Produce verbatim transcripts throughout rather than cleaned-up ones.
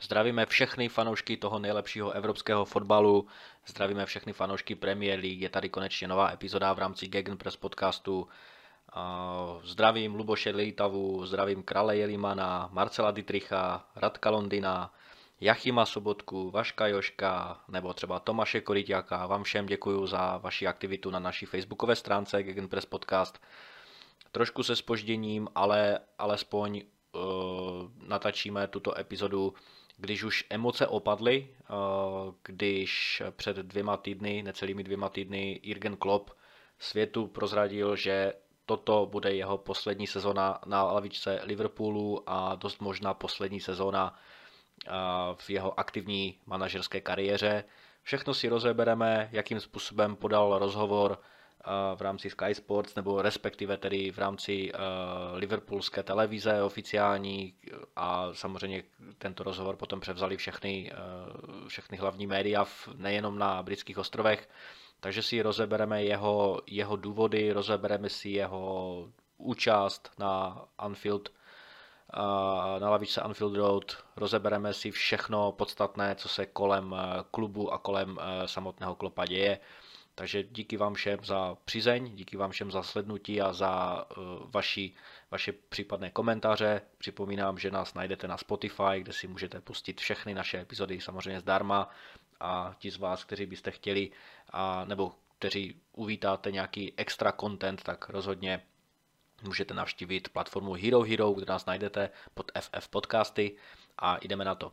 Zdravíme všechny fanoušky toho nejlepšího evropského fotbalu, zdravíme všechny fanoušky Premier League, je tady konečně nová epizoda v rámci Gegenpress podcastu. Zdravím Luboše Lejtavu, zdravím Krale Jelimana, Marcela Dietricha, Radka Londina, Jachima Sobotku, Vaška Joška nebo třeba Tomáše Koryťáka. Vám všem děkuji za vaši aktivitu na naší facebookové stránce Gegenpress Podcast. Trošku se zpožděním, ale alespoň uh, natačíme tuto epizodu, když už emoce opadly, uh, když před dvěma týdny, necelými dvěma týdny, Jürgen Klopp světu prozradil, že toto bude jeho poslední sezona na lavičce Liverpoolu a dost možná poslední sezona v jeho aktivní manažerské kariéře. Všechno si rozebereme, jakým způsobem podal rozhovor v rámci Sky Sports, nebo respektive tedy v rámci liverpoolské televize oficiální, a samozřejmě tento rozhovor potom převzali všechny, všechny hlavní média, nejenom na britských ostrovech. Takže si rozebereme jeho, jeho důvody, rozebereme si jeho účast na Anfield, na lavičce Anfield Road, rozebereme si všechno podstatné, co se kolem klubu a kolem samotného Kloppa děje. Takže díky vám všem za přízeň, díky vám všem za slednutí a za vaši, vaše případné komentáře. Připomínám, že nás najdete na Spotify, kde si můžete pustit všechny naše epizody samozřejmě zdarma, a ti z vás, kteří byste chtěli, a, nebo kteří uvítáte nějaký extra content, tak rozhodně můžete navštívit platformu Hero Hero, kde nás najdete pod F F Podcasty, a jdeme na to.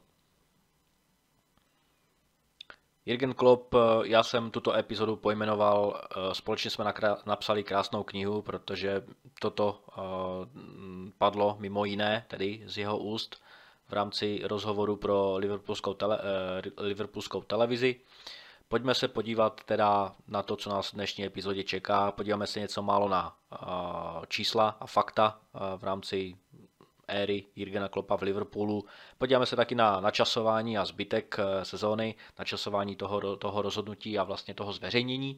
Jürgen Klopp, já jsem tuto epizodu pojmenoval, společně jsme napsali krásnou knihu, protože toto padlo mimo jiné, tedy z jeho úst, v rámci rozhovoru pro liverpoolskou, tele, liverpoolskou televizi. Pojďme se podívat teda na to, co nás v dnešní epizodě čeká. Podíváme se něco málo na čísla a fakta v rámci éry Jürgena Kloppa v Liverpoolu. Podíváme se taky na načasování a zbytek sezóny, načasování toho, toho rozhodnutí a vlastně toho zveřejnění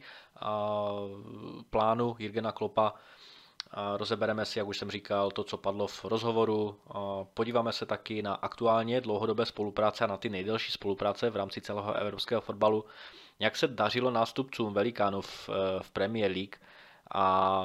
plánu Jürgena Kloppa. Rozebereme si, jak už jsem říkal, to, co padlo v rozhovoru. Podíváme se taky na aktuálně dlouhodobé spolupráce a na ty nejdelší spolupráce v rámci celého evropského fotbalu. Jak se dařilo nástupcům velikánů v, v Premier League, a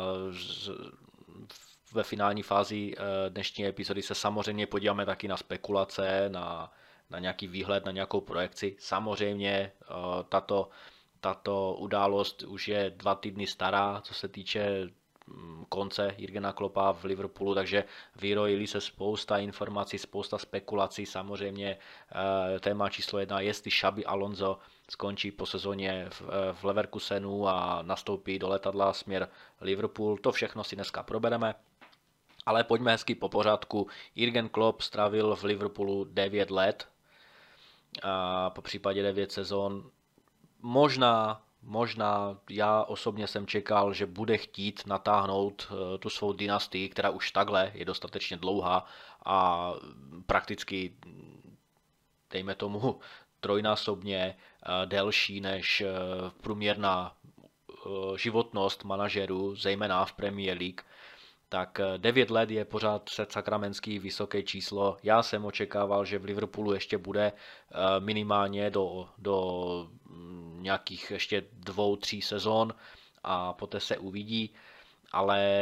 ve finální fázi dnešní epizody se samozřejmě podíváme taky na spekulace, na, na nějaký výhled, na nějakou projekci. Samozřejmě tato, tato událost už je dva týdny stará, co se týče konce Jürgena Kloppa v Liverpoolu, takže vyrojili se spousta informací, spousta spekulací. Samozřejmě téma číslo jedna, jestli Xabi Alonso skončí po sezóně v, v Leverkusenu a nastoupí do letadla směr Liverpool. To všechno si dneska probereme. Ale pojďme hezky po pořádku. Jürgen Klopp strávil v Liverpoolu devět let, a po případě devět sezon. Možná Možná já osobně jsem čekal, že bude chtít natáhnout tu svou dynastii, která už takhle je dostatečně dlouhá a prakticky, dejme tomu, trojnásobně delší než průměrná životnost manažerů, zejména v Premier League. Tak devět let je pořád sakramenský vysoké číslo. Já jsem očekával, že v Liverpoolu ještě bude minimálně do, do nějakých ještě dvou, tří sezon a poté se uvidí, ale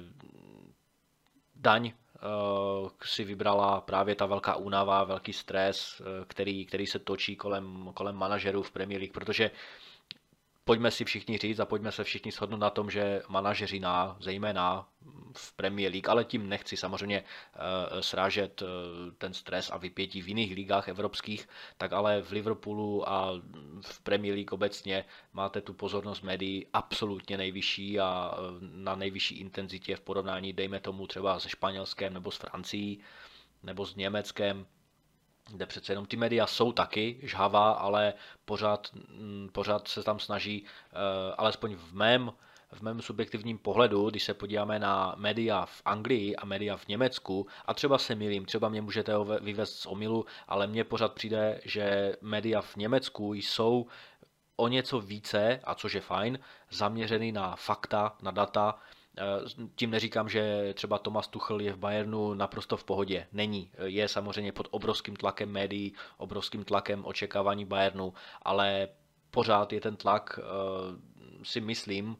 daň si vybrala právě ta velká únava, velký stres, který, který se točí kolem, kolem manažerů v Premier League, protože pojďme si všichni říct a pojďme se všichni shodnout na tom, že manažeřina, zejména v Premier League, ale tím nechci samozřejmě srážet ten stres a vypětí v jiných ligách evropských, tak ale v Liverpoolu a v Premier League obecně máte tu pozornost médií absolutně nejvyšší a na nejvyšší intenzitě v porovnání, dejme tomu, třeba se Španělskem nebo s Francií nebo s Německem, kde přece jenom ty média jsou taky žhavá, ale pořád, pořád se tam snaží, alespoň v mém, v mém subjektivním pohledu, když se podíváme na média v Anglii a média v Německu, a třeba se mýlím, třeba mě můžete vyvést z omylu, ale mně pořád přijde, že média v Německu jsou o něco více, a což je fajn, zaměřený na fakta, na data, Tím neříkám, že třeba Thomas Tuchel je v Bayernu naprosto v pohodě. Není. Je samozřejmě pod obrovským tlakem médií, obrovským tlakem očekávání Bayernu, ale pořád je ten tlak, si myslím,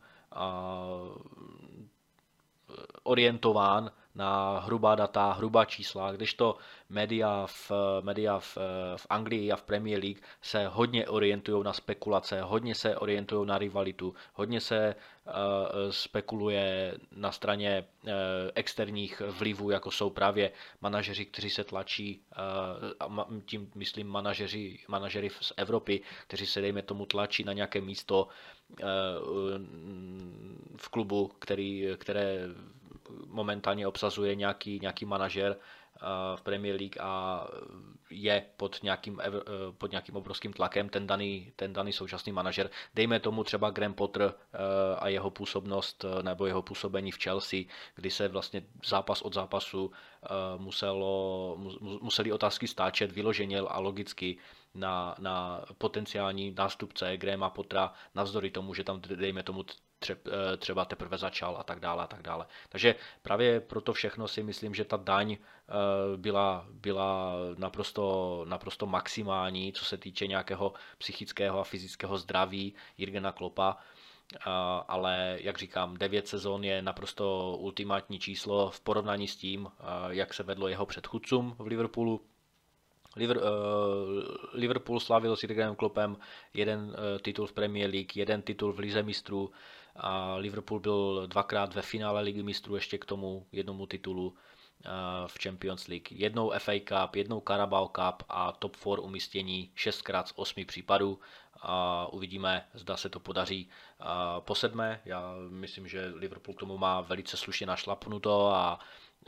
orientován na hrubá data, hrubá čísla, kdežto média v, média v, v Anglii a v Premier League se hodně orientují na spekulace, hodně se orientují na rivalitu, hodně se uh, spekuluje na straně uh, externích vlivů, jako jsou právě manažeři, kteří se tlačí, uh, a tím myslím manažeři, manažeři z Evropy, kteří se, dejme tomu, tlačí na nějaké místo uh, v klubu, který, které momentálně obsazuje nějaký, nějaký manažer v Premier League a je pod nějakým, pod nějakým obrovským tlakem ten daný, ten daný současný manažer. Dejme tomu třeba Graham Potter a jeho působnost nebo jeho působení v Chelsea, kdy se vlastně zápas od zápasu muselo, museli otázky stáčet vyloženě a logicky na, na potenciální nástupce Grahama Pottera, navzdory tomu, že tam, dejme tomu, třeba teprve začal a tak dále a tak dále. Takže právě proto všechno si myslím, že ta daň byla, byla naprosto, naprosto maximální, co se týče nějakého psychického a fyzického zdraví Jürgena Kloppa, ale jak říkám, devět sezon je naprosto ultimátní číslo v porovnání s tím, jak se vedlo jeho předchůdcům v Liverpoolu. Liverpool slavil s Jürgenem Kloppem jeden titul v Premier League, jeden titul v Lize mistrů a Liverpool byl dvakrát ve finále Ligy mistrů ještě k tomu jednomu titulu v Champions League. Jednou F A Cup, jednou Carabao Cup a top čtyři umístění šestkrát z osmi případů. A uvidíme, zda se to podaří po sedmé. Já myslím, že Liverpool k tomu má velice slušně našlapnuto a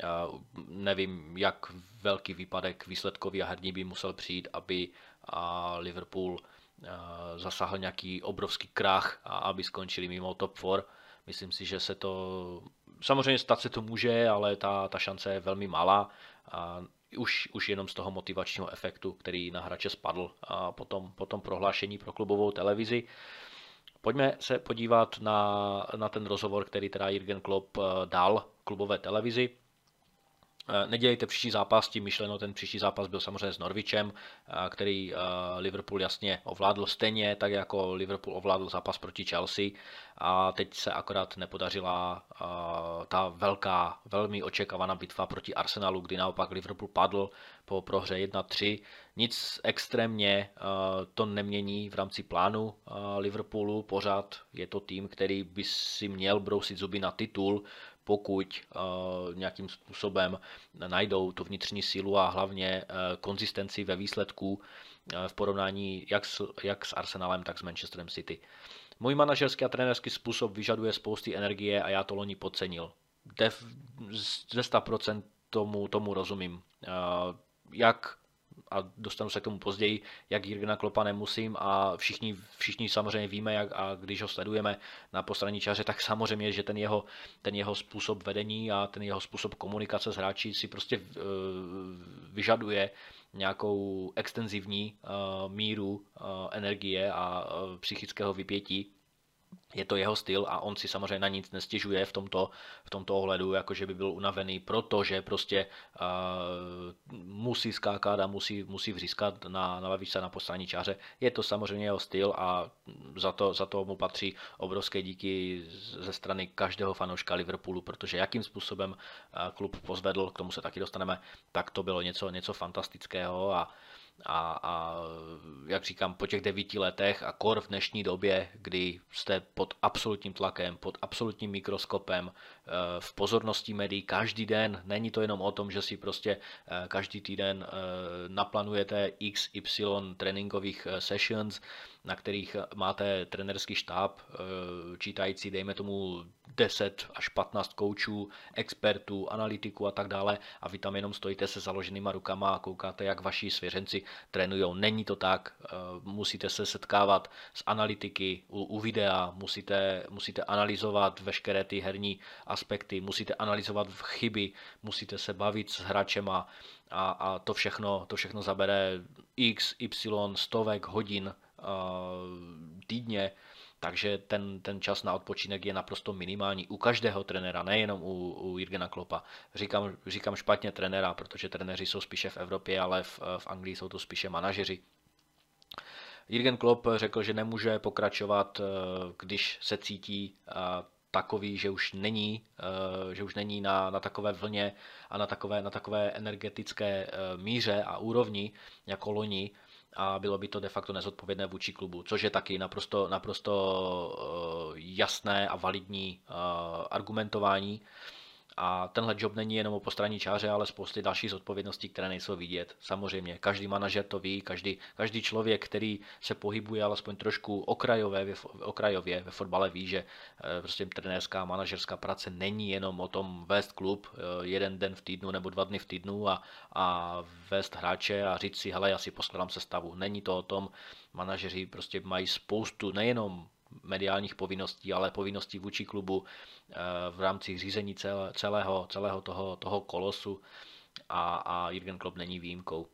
nevím, jak velký výpadek výsledkový a herní by musel přijít, aby Liverpool zasáhl nějaký obrovský krach a aby skončili mimo top čtyři. Myslím si, že se to, samozřejmě stát se to může, ale ta, ta šance je velmi malá. A už, už jenom z toho motivačního efektu, který na hráče spadl a potom, potom prohlášení pro klubovou televizi. Pojďme se podívat na, na ten rozhovor, který teda Jürgen Klopp dal klubové televizi. Nedělejte příští zápas, tím myšleno, ten příští zápas byl samozřejmě s Norwichem, který Liverpool jasně ovládl stejně, tak jako Liverpool ovládl zápas proti Chelsea a teď se akorát nepodařila ta velká, velmi očekávaná bitva proti Arsenalu, kdy naopak Liverpool padl po prohře jedna tři. Nic extrémně to nemění v rámci plánu Liverpoolu, pořád je to tým, který by si měl brousit zuby na titul, pokud uh, nějakým způsobem najdou tu vnitřní sílu a hlavně uh, konzistenci ve výsledku uh, v porovnání jak s, jak s Arsenalem, tak s Manchesterem City. Můj manažerský a trenérský způsob vyžaduje spousty energie a já to loni podcenil. Def, ze sto procent tomu, tomu rozumím. Uh, jak a dostanu se k tomu později, jak Jürgena Kloppa nemusím a všichni, všichni samozřejmě víme, jak, a když ho sledujeme na postranní čáře, tak samozřejmě, že ten jeho, ten jeho způsob vedení a ten jeho způsob komunikace s hráči si prostě uh, vyžaduje nějakou extenzivní uh, míru uh, energie a uh, psychického vypětí. Je to jeho styl a on si samozřejmě na nic nestěžuje v tomto, v tomto ohledu, jakože by byl unavený, protože prostě uh, musí skákat a musí, musí vřískat na, na lavičce na postranní čáře. Je to samozřejmě jeho styl a za to, za to mu patří obrovské díky ze strany každého fanouška Liverpoolu, protože jakým způsobem uh, klub pozvedl, k tomu se taky dostaneme, tak to bylo něco, něco fantastického a A, a jak říkám, po těch devíti letech a kor v dnešní době, kdy jste pod absolutním tlakem, pod absolutním mikroskopem, v pozornosti médií každý den, není to jenom o tom, že si prostě každý týden naplánujete x y tréninkových sessions, na kterých máte trenerský štáb, čítající, dejme tomu, deset až patnáct koučů, expertů, analytiků a tak dále a vy tam jenom stojíte se založenýma rukama a koukáte, jak vaši svěřenci trénujou. Není to tak, musíte se setkávat s analytiky u, u videa, musíte, musíte analyzovat veškeré ty herní aspekty, musíte analyzovat chyby, musíte se bavit s hráčema a, a to všechno, to všechno zabere x, y, stovek hodin týdně takže ten, ten čas na odpočinek je naprosto minimální u každého trenéra, nejenom u, u Jurgena Kloppa. Říkám, říkám špatně trenéra, protože trenéři jsou spíše v Evropě, ale v, v Anglii jsou to spíše manažeři. Jürgen Klopp řekl, že nemůže pokračovat, když se cítí takový, že už není, že už není na, na takové vlně a na takové, na takové energetické míře a úrovni jako loni, a bylo by to de facto nezodpovědné vůči klubu, což je taky naprosto, naprosto jasné a validní argumentování. A tenhle job není jenom o postranní čáře, ale spousty dalších zodpovědností, které nejsou vidět. Samozřejmě, každý manažer to ví, každý, každý člověk, který se pohybuje alespoň trošku okrajově, okrajově ve fotbale, ví, že prostě trenérská manažerská práce není jenom o tom vést klub jeden den v týdnu nebo dva dny v týdnu a, a vést hráče a říct si, hele, já si poskladám sestavu. Není to o tom, manažeři prostě mají spoustu, nejenom mediálních povinností, ale povinností vůči klubu v rámci řízení celé, celého, celého toho, toho kolosu a, a Jürgen Klopp není výjimkou.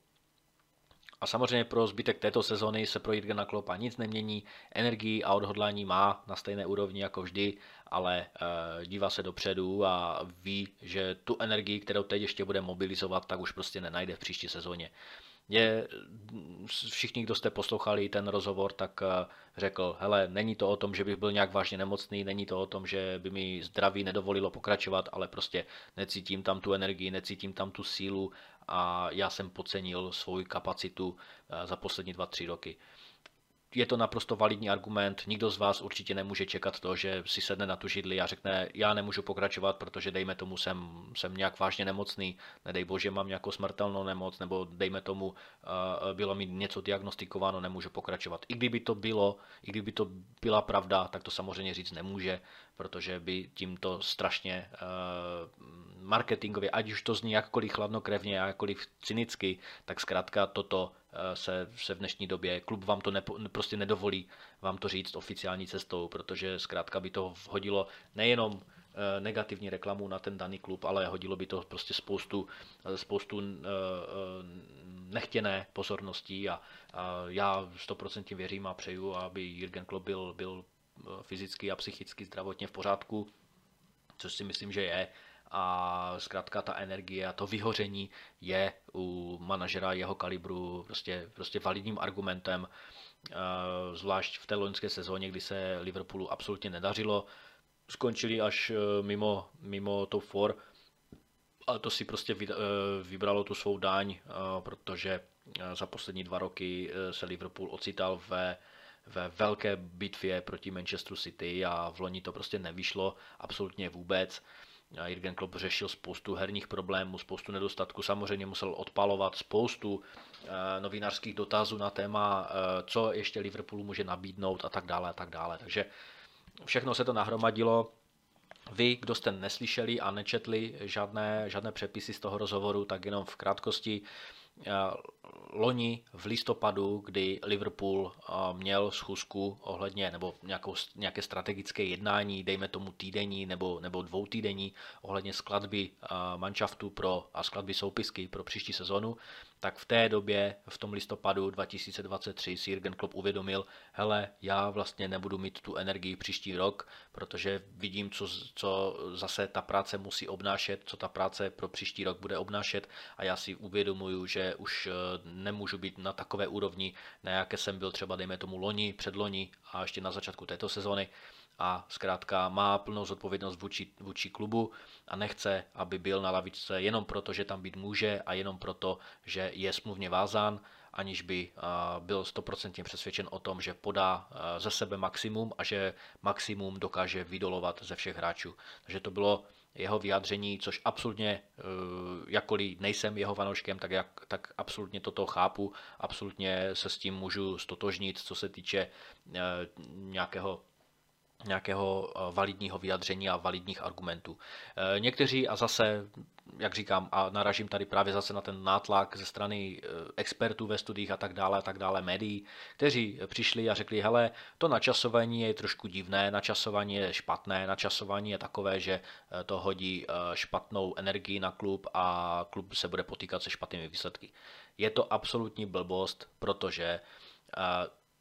A samozřejmě pro zbytek této sezony se pro Jürgena Kloppa nic nemění, energii a odhodlání má na stejné úrovni jako vždy, ale e, dívá se dopředu a ví, že tu energii, kterou teď ještě bude mobilizovat, tak už prostě nenajde v příští sezóně. Je, všichni, kdo jste poslouchali ten rozhovor, tak řekl, hele, není to o tom, že bych byl nějak vážně nemocný, není to o tom, že by mi zdraví nedovolilo pokračovat, ale prostě necítím tam tu energii, necítím tam tu sílu a já jsem podcenil svou kapacitu za poslední dva, tři roky. Je to naprosto validní argument, nikdo z vás určitě nemůže čekat to, že si sedne na tu židli a řekne, já nemůžu pokračovat, protože dejme tomu jsem, jsem nějak vážně nemocný, nedej bože mám nějakou smrtelnou nemoc, nebo dejme tomu bylo mi něco diagnostikováno, nemůžu pokračovat. I kdyby to bylo, i kdyby to byla pravda, tak to samozřejmě říct nemůže, protože by tímto strašně marketingově, ať už to zní jakkoliv chladnokrevně a jakkoliv cynicky, tak zkrátka toto se, se v dnešní době, klub vám to nepo, prostě nedovolí vám to říct oficiální cestou, protože zkrátka by to vhodilo nejenom negativní reklamu na ten daný klub, ale hodilo by to prostě spoustu, spoustu nechtěné pozorností a, a já sto procent věřím a přeju, aby Jürgen Klopp byl, byl fyzicky a psychicky zdravotně v pořádku, což si myslím, že je. A zkrátka ta energie a to vyhoření je u manažera jeho kalibru prostě, prostě validním argumentem, zvlášť v té loňské sezóně, kdy se Liverpoolu absolutně nedařilo. Skončili až mimo, mimo top čtyři, ale to si prostě vybralo tu svou daň, protože za poslední dva roky se Liverpool ocital ve ve velké bitvě proti Manchesteru City a v loni to prostě nevyšlo absolutně vůbec. Jürgen Klopp řešil spoustu herních problémů, spoustu nedostatků, samozřejmě musel odpalovat spoustu novinářských dotazů na téma, co ještě Liverpoolu může nabídnout a tak dále a tak dále. Takže všechno se to nahromadilo. Vy, kdo jste neslyšeli a nečetli žádné, žádné přepisy z toho rozhovoru, tak jenom v krátkosti. Loni v listopadu, kdy Liverpool měl schůzku ohledně nebo nějakou, nějaké strategické jednání, dejme tomu týdenní nebo, nebo dvoutýdenní ohledně skladby manšaftu pro, a skladby soupisky pro příští sezonu, tak v té době, v tom listopadu dva tisíce dvacet tři si Jürgen Klopp uvědomil, hele, já vlastně nebudu mít tu energii příští rok, protože vidím, co, co zase ta práce musí obnášet, co ta práce pro příští rok bude obnášet a já si uvědomuju, že už nemůžu být na takové úrovni, na jaké jsem byl třeba, dejme tomu, loni, předloni a ještě na začátku této sezony. A zkrátka má plnou zodpovědnost vůči, vůči klubu a nechce, aby byl na lavičce jenom proto, že tam být může a jenom proto, že je smluvně vázán, aniž by byl stoprocentně přesvědčen o tom, že podá ze sebe maximum a že maximum dokáže vydolovat ze všech hráčů. Takže to bylo jeho vyjádření, což absolutně, jakkoliv nejsem jeho fanouškem, tak, jak, tak absolutně toto chápu, absolutně se s tím můžu stotožnit, co se týče nějakého nějakého validního vyjadření a validních argumentů. Někteří, a zase, jak říkám, a naražím tady právě zase na ten nátlak ze strany expertů ve studiích a tak dále, a tak dále, médií, kteří přišli a řekli, hele, to načasování je trošku divné, načasování je špatné, načasování je takové, že to hodí špatnou energii na klub a klub se bude potýkat se špatnými výsledky. Je to absolutní blbost, protože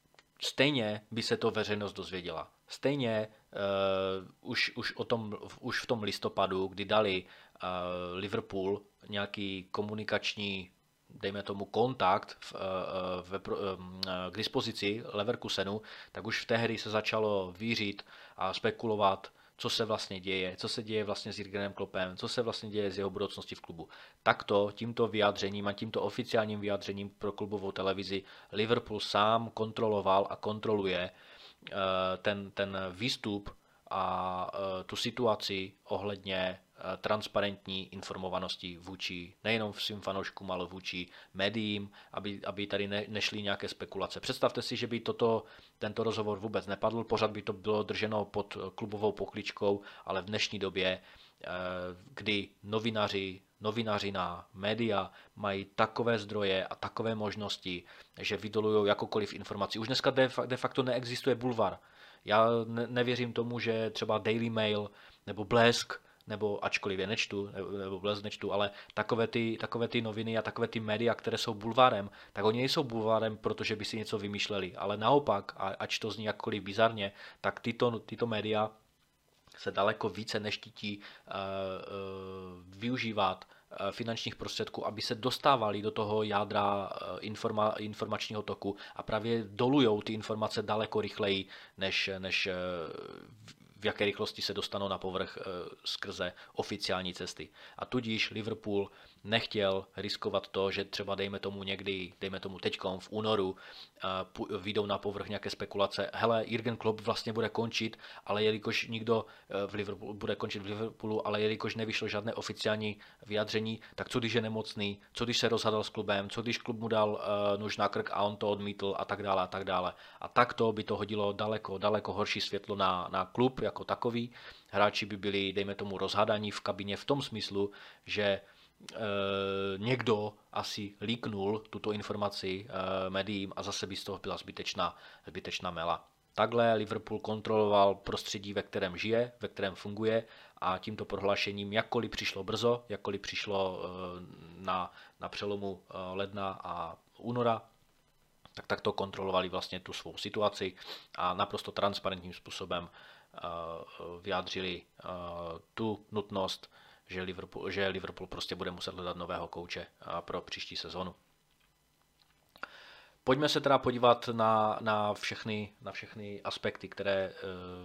stejně by se to veřejnost dozvěděla. Stejně uh, už, už, o tom, už v tom listopadu, kdy dali uh, Liverpool nějaký komunikační, dejme tomu, kontakt v, v, v, k dispozici Leverkusenu, tak už v té hry se začalo vířit a spekulovat, co se vlastně děje, co se děje vlastně s Jürgenem Kloppem, co se vlastně děje s jeho budoucností v klubu. Takto, tímto vyjádřením a tímto oficiálním vyjádřením pro klubovou televizi Liverpool sám kontroloval a kontroluje ten, ten výstup a tu situaci ohledně transparentní informovanosti vůči nejenom svým fanouškům, ale vůči médiím, aby, aby tady ne, nešly nějaké spekulace. Představte si, že by toto, tento rozhovor vůbec nepadl, pořád by to bylo drženo pod klubovou pokličkou, ale v dnešní době, kdy novináři, novinářina, média mají takové zdroje a takové možnosti, že vydolují jakoukoliv informaci. Už dneska de facto neexistuje bulvar. Já ne, nevěřím tomu, že třeba Daily Mail nebo Blesk, nebo ačkoliv je nečtu, nebo Blesk nečtu, ale takové ty, takové ty noviny a takové ty média, které jsou bulvárem, tak oni nejsou bulvárem, protože by si něco vymýšleli, ale naopak, a ač to zní jakkoliv bizarně, tak tyto, tyto média se daleko více neštítí uh, uh, využívat finančních prostředků, aby se dostávali do toho jádra informa, informačního toku a právě dolujou ty informace daleko rychleji, než, než v jaké rychlosti se dostanou na povrch skrze oficiální cesty. A tudíž Liverpool nechtěl riskovat to, že třeba dejme tomu někdy, dejme tomu teďkom v únoru, vyjdou na povrch nějaké spekulace, hele, Jürgen Klopp vlastně bude končit, ale jelikož nikdo v Liverpoolu bude končit v Liverpoolu, ale jelikož nevyšlo žádné oficiální vyjádření, tak co když je nemocný, co když se rozhadal s klubem, co když klub mu dal uh, nůž na krk a on to odmítl a tak dále a tak dále. A takto by to hodilo daleko, daleko horší světlo na, na klub jako takový. Hráči by byli, dejme tomu, rozhádaní v kabině v tom smyslu, že e, někdo asi líknul tuto informaci e, médiím a zase by z toho byla zbytečná, zbytečná mela. Takhle Liverpool kontroloval prostředí, ve kterém žije, ve kterém funguje a tímto prohlášením, jakkoliv přišlo brzo, jakkoliv přišlo e, na, na přelomu e, ledna a února, tak takto kontrolovali vlastně tu svou situaci a naprosto transparentním způsobem vyjádřili tu nutnost, že Liverpool, že Liverpool prostě bude muset hledat nového kouče pro příští sezonu. Pojďme se teda podívat na, na, všechny, na všechny aspekty, které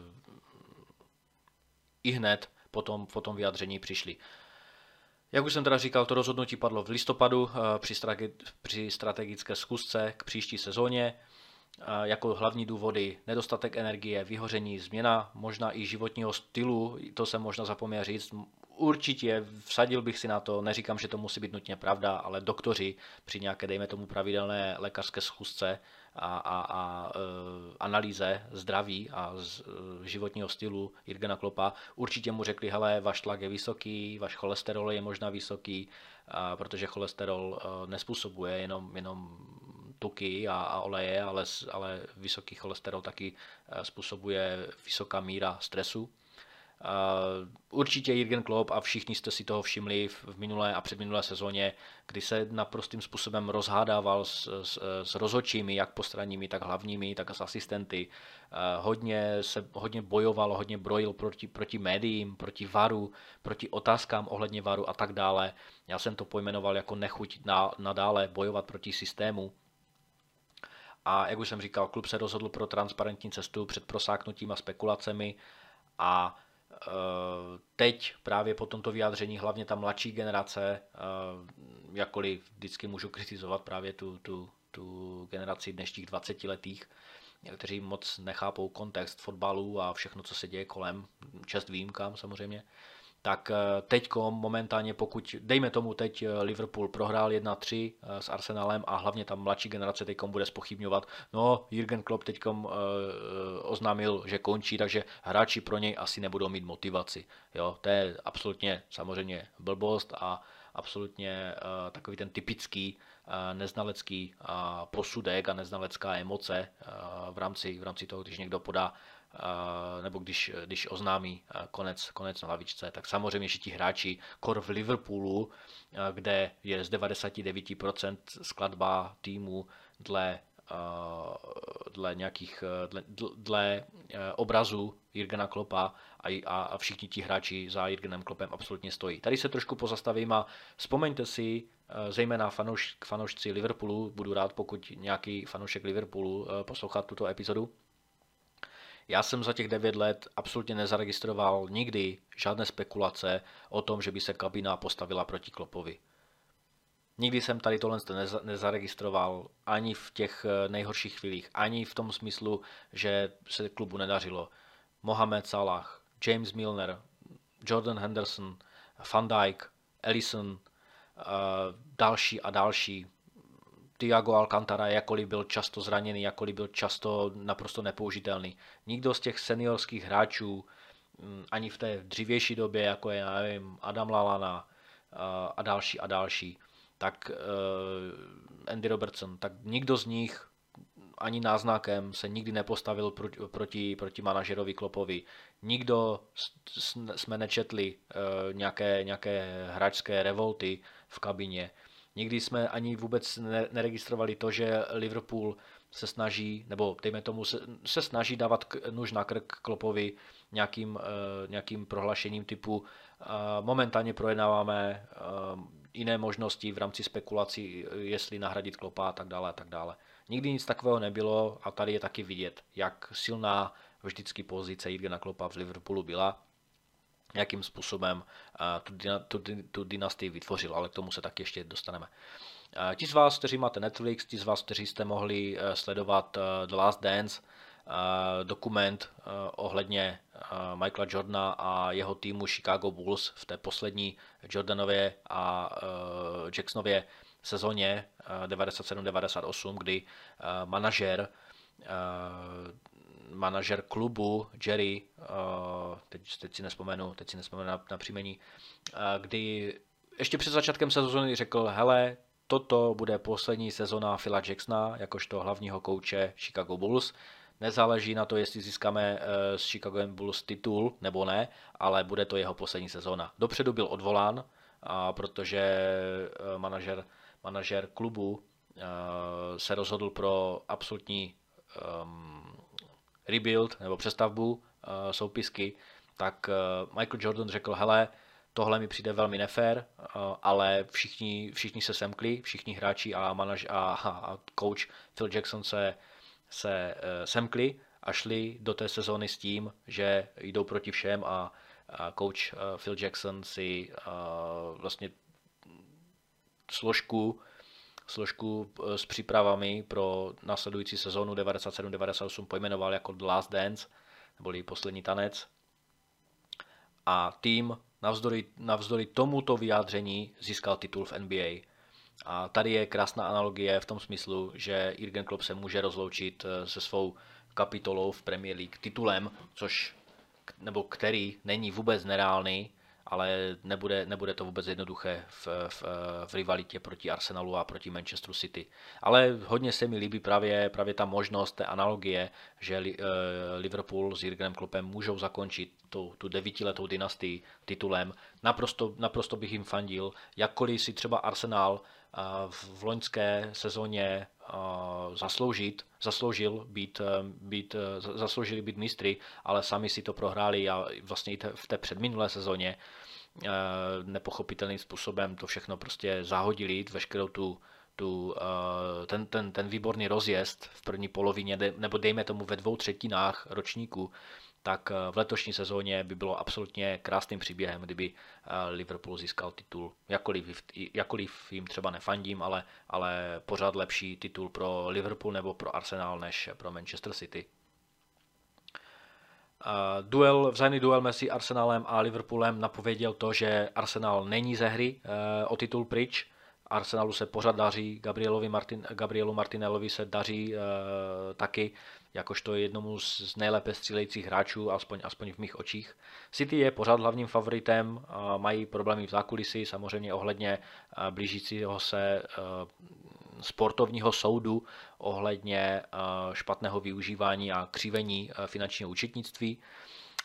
i hned po tom, po tom vyjádření přišly. Jak už jsem teda říkal, to rozhodnutí padlo v listopadu při, strate, při strategické schůzce k příští sezóně. Jako hlavní důvody nedostatek energie, vyhoření, změna možná i životního stylu, to jsem možná zapomněl říct. Určitě vsadil bych si na to, neříkám, že to musí být nutně pravda, ale doktoři při nějaké, dejme tomu, pravidelné lékařské schůzce a, a, a e, analýze zdraví a z, e, životního stylu Jürgena Kloppa určitě mu řekli, hele, váš tlak je vysoký, váš cholesterol je možná vysoký, a, protože cholesterol e, nespůsobuje jenom, jenom tuky a, a oleje, ale, ale vysoký cholesterol taky způsobuje vysoká míra stresu. Určitě Jürgen Klopp, a všichni jste si toho všimli v minulé a předminulé sezóně, kdy se naprostým způsobem rozhádával s, s, s rozhodčími, jak postranními, tak hlavními, tak s asistenty. Hodně se hodně bojoval, hodně brojil proti, proti médiím, proti varu, proti otázkám ohledně varu a tak dále. Já jsem to pojmenoval jako nechuť na, nadále bojovat proti systému. A jak už jsem říkal, klub se rozhodl pro transparentní cestu před prosáknutím a spekulacemi a e, teď právě po tomto vyjádření hlavně ta mladší generace, e, jakkoliv vždycky můžu kritizovat právě tu, tu, tu generaci dnešních dvacetiletých, kteří moc nechápou kontext fotbalu a všechno, co se děje kolem, čest výjimkám samozřejmě, tak teďko momentálně, pokud, dejme tomu teď Liverpool prohrál jedna tři s Arsenalem a hlavně ta mladší generace teďkom bude zpochybňovat, no Jürgen Klopp teďkom uh, oznámil, že končí, takže hráči pro něj asi nebudou mít motivaci. Jo, to je absolutně samozřejmě blbost a absolutně uh, takový ten typický uh, neznalecký uh, posudek a neznalecká emoce uh, v rámci, v rámci toho, když někdo podá nebo když, když oznámí konec, konec na lavičce, tak samozřejmě, že ti hráči kor v Liverpoolu, kde je z devadesát devět procent skladba týmu dle, dle nějakých dle, dle obrazu Jürgena Kloppa a, a všichni ti hráči za Jürgenem Kloppem absolutně stojí. Tady se trošku pozastavím a vzpomeňte si, zejména fanouš, fanoušci Liverpoolu, budu rád, pokud nějaký fanoušek Liverpoolu poslouchá tuto epizodu. Já jsem za těch devět let absolutně nezaregistroval nikdy žádné spekulace o tom, že by se kabina postavila proti Kloppovi. Nikdy jsem tady tohle nezaregistroval ani v těch nejhorších chvílích, ani v tom smyslu, že se klubu nedařilo. Mohamed Salah, James Milner, Jordan Henderson, Van Dijk, Alisson, další a další. Thiago Alcantara, jakkoliv byl často zraněný, jakkoliv byl často naprosto nepoužitelný. Nikdo z těch seniorských hráčů, ani v té dřívější době, jako je, nevím, Adam Lallana a další a další, tak Andy Robertson, tak nikdo z nich ani náznakem se nikdy nepostavil proti, proti, proti manažerovi Kloppovi. Nikdo jsme nečetli nějaké, nějaké hráčské revolty v kabině. Nikdy jsme ani vůbec neregistrovali to, že Liverpool se snaží, nebo dejme tomu, se, se snaží dávat nůž na krk Kloppovi nějakým, uh, nějakým prohlášením typu uh, momentálně projednáváme uh, jiné možnosti v rámci spekulací, jestli nahradit Kloppa a tak dále a tak dále. Nikdy nic takového nebylo a tady je taky vidět, jak silná vždycky pozice Jürgena Kloppa v Liverpoolu byla, jakým způsobem uh, tu, tu, tu dynastii vytvořil, ale k tomu se taky ještě dostaneme. Uh, ti z vás, kteří máte Netflix, ti z vás, kteří jste mohli uh, sledovat uh, The Last Dance, uh, dokument uh, ohledně uh, Michaela Jordana a jeho týmu Chicago Bulls v té poslední Jordanově a uh, Jacksonově sezóně uh, devadesát sedm devadesát osm, kdy uh, manažer uh, manažer klubu Jerry, teď, teď si nespomenu, teď si nespomenu na, na příjmení, kdy ještě před začátkem sezóny řekl, hele, toto bude poslední sezona Phila Jacksona, jakožto hlavního kouče Chicago Bulls. Nezáleží na to, jestli získáme z Chicago Bulls titul nebo ne, ale bude to jeho poslední sezóna. Dopředu byl odvolán, protože manažer, manažer klubu se rozhodl pro absolutní um, rebuild nebo přestavbu uh, soupisky, tak uh, Michael Jordan řekl, hele, tohle mi přijde velmi nefér, uh, ale všichni, všichni se semkli, všichni hráči a, manaž, a, a coach Phil Jackson se, se uh, semkli a šli do té sezóny s tím, že jdou proti všem a, a coach uh, Phil Jackson si uh, vlastně složku složku s přípravami pro následující sezónu devadesát sedm devadesát osm pojmenoval jako The Last Dance, neboli poslední tanec. A tým navzdory, navzdory tomuto vyjádření získal titul v N B A. A tady je krásná analogie v tom smyslu, že Jürgen Klopp se může rozloučit se svou kapitolou v Premier League titulem, což, nebo který není vůbec nereálný, ale nebude, nebude to vůbec jednoduché v, v, v rivalitě proti Arsenalu a proti Manchesteru City. Ale hodně se mi líbí právě, právě ta možnost té analogie, že Liverpool s Jürgenem Kloppem můžou zakončit tu, tu devítiletou dynastii titulem. Naprosto, naprosto bych jim fandil, jakkoliv si třeba Arsenal v loňské sezóně zasloužit, zasloužil být, být, zasloužili být mistry, ale sami si to prohráli a vlastně i v té předminulé sezóně nepochopitelným způsobem to všechno prostě zahodili, veškerou tu, tu, ten, ten, ten výborný rozjezd v první polovině, nebo dejme tomu ve dvou třetinách ročníku, tak v letošní sezóně by bylo absolutně krásným příběhem, kdyby Liverpool získal titul. Jakkoliv, jakkoliv jim třeba nefandím, ale, ale pořád lepší titul pro Liverpool nebo pro Arsenal než pro Manchester City. Duel, vzájemný duel mezi Arsenalem a Liverpoolem napověděl to, že Arsenal není ze hry o titul pryč. Arsenalu se pořád daří, Gabrielovi Martin, Gabrielu Martinellovi se daří e, taky, jakožto jednomu z nejlépe střílejících hráčů, aspoň, aspoň v mých očích. City je pořád hlavním favoritem, a mají problémy v zákulisí, samozřejmě ohledně blížícího se e, sportovního soudu, ohledně e, špatného využívání a křivení e, finančního účetnictví.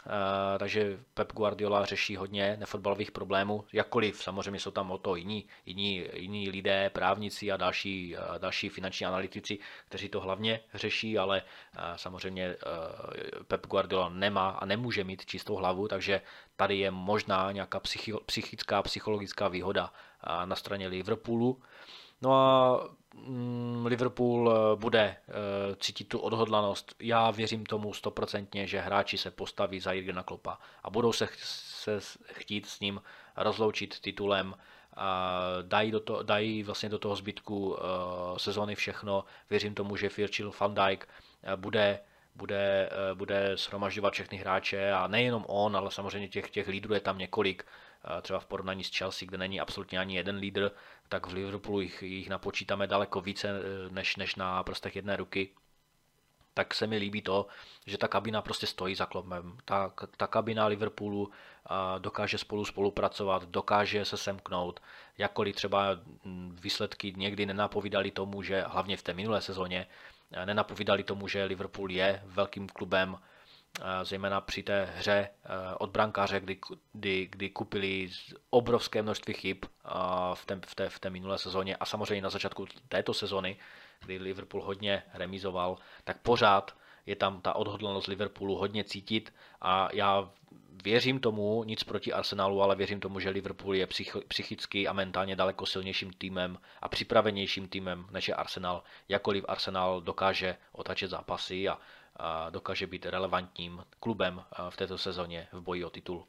Uh, takže Pep Guardiola řeší hodně nefotbalových problémů, jakkoliv samozřejmě jsou tam o to jiní, jiní, jiní lidé, právníci a další, uh, další finanční analytici, kteří to hlavně řeší, ale uh, samozřejmě uh, Pep Guardiola nemá a nemůže mít čistou hlavu, takže tady je možná nějaká psychi- psychická, psychologická výhoda uh, na straně Liverpoolu. No a mm, Liverpool bude uh, cítit tu odhodlanost. Já věřím tomu stoprocentně, že hráči se postaví za Jurgena Kloppa a budou se, se chtít s ním rozloučit titulem. A dají, do to, dají vlastně do toho zbytku uh, sezony všechno. Věřím tomu, že Virgil van Dijk uh, bude bude, bude shromažďovat všechny hráče a nejenom on, ale samozřejmě těch, těch lídrů je tam několik, třeba v porovnání s Chelsea, kde není absolutně ani jeden lídr, tak v Liverpoolu jich, jich napočítáme daleko více než, než na prstech jedné ruky. Tak se mi líbí to, že ta kabina prostě stojí za Kloppem. Ta, ta kabina Liverpoolu dokáže spolu spolupracovat, dokáže se semknout, jakkoliv třeba výsledky někdy nenapovídali tomu, že hlavně v té minulé sezóně nenapovídali tomu, že Liverpool je velkým klubem, zejména při té hře od brankáře, kdy, kdy, kdy kupili obrovské množství chyb v té, v, té, v té minulé sezóně a samozřejmě na začátku této sezóny, kdy Liverpool hodně remizoval, tak pořád je tam ta odhodlanost Liverpoolu hodně cítit a já věřím tomu, nic proti Arsenalu, ale věřím tomu, že Liverpool je psychicky a mentálně daleko silnějším týmem a připravenějším týmem než je Arsenal, jakkoliv Arsenal dokáže otačet zápasy a, a dokáže být relevantním klubem v této sezóně v boji o titul.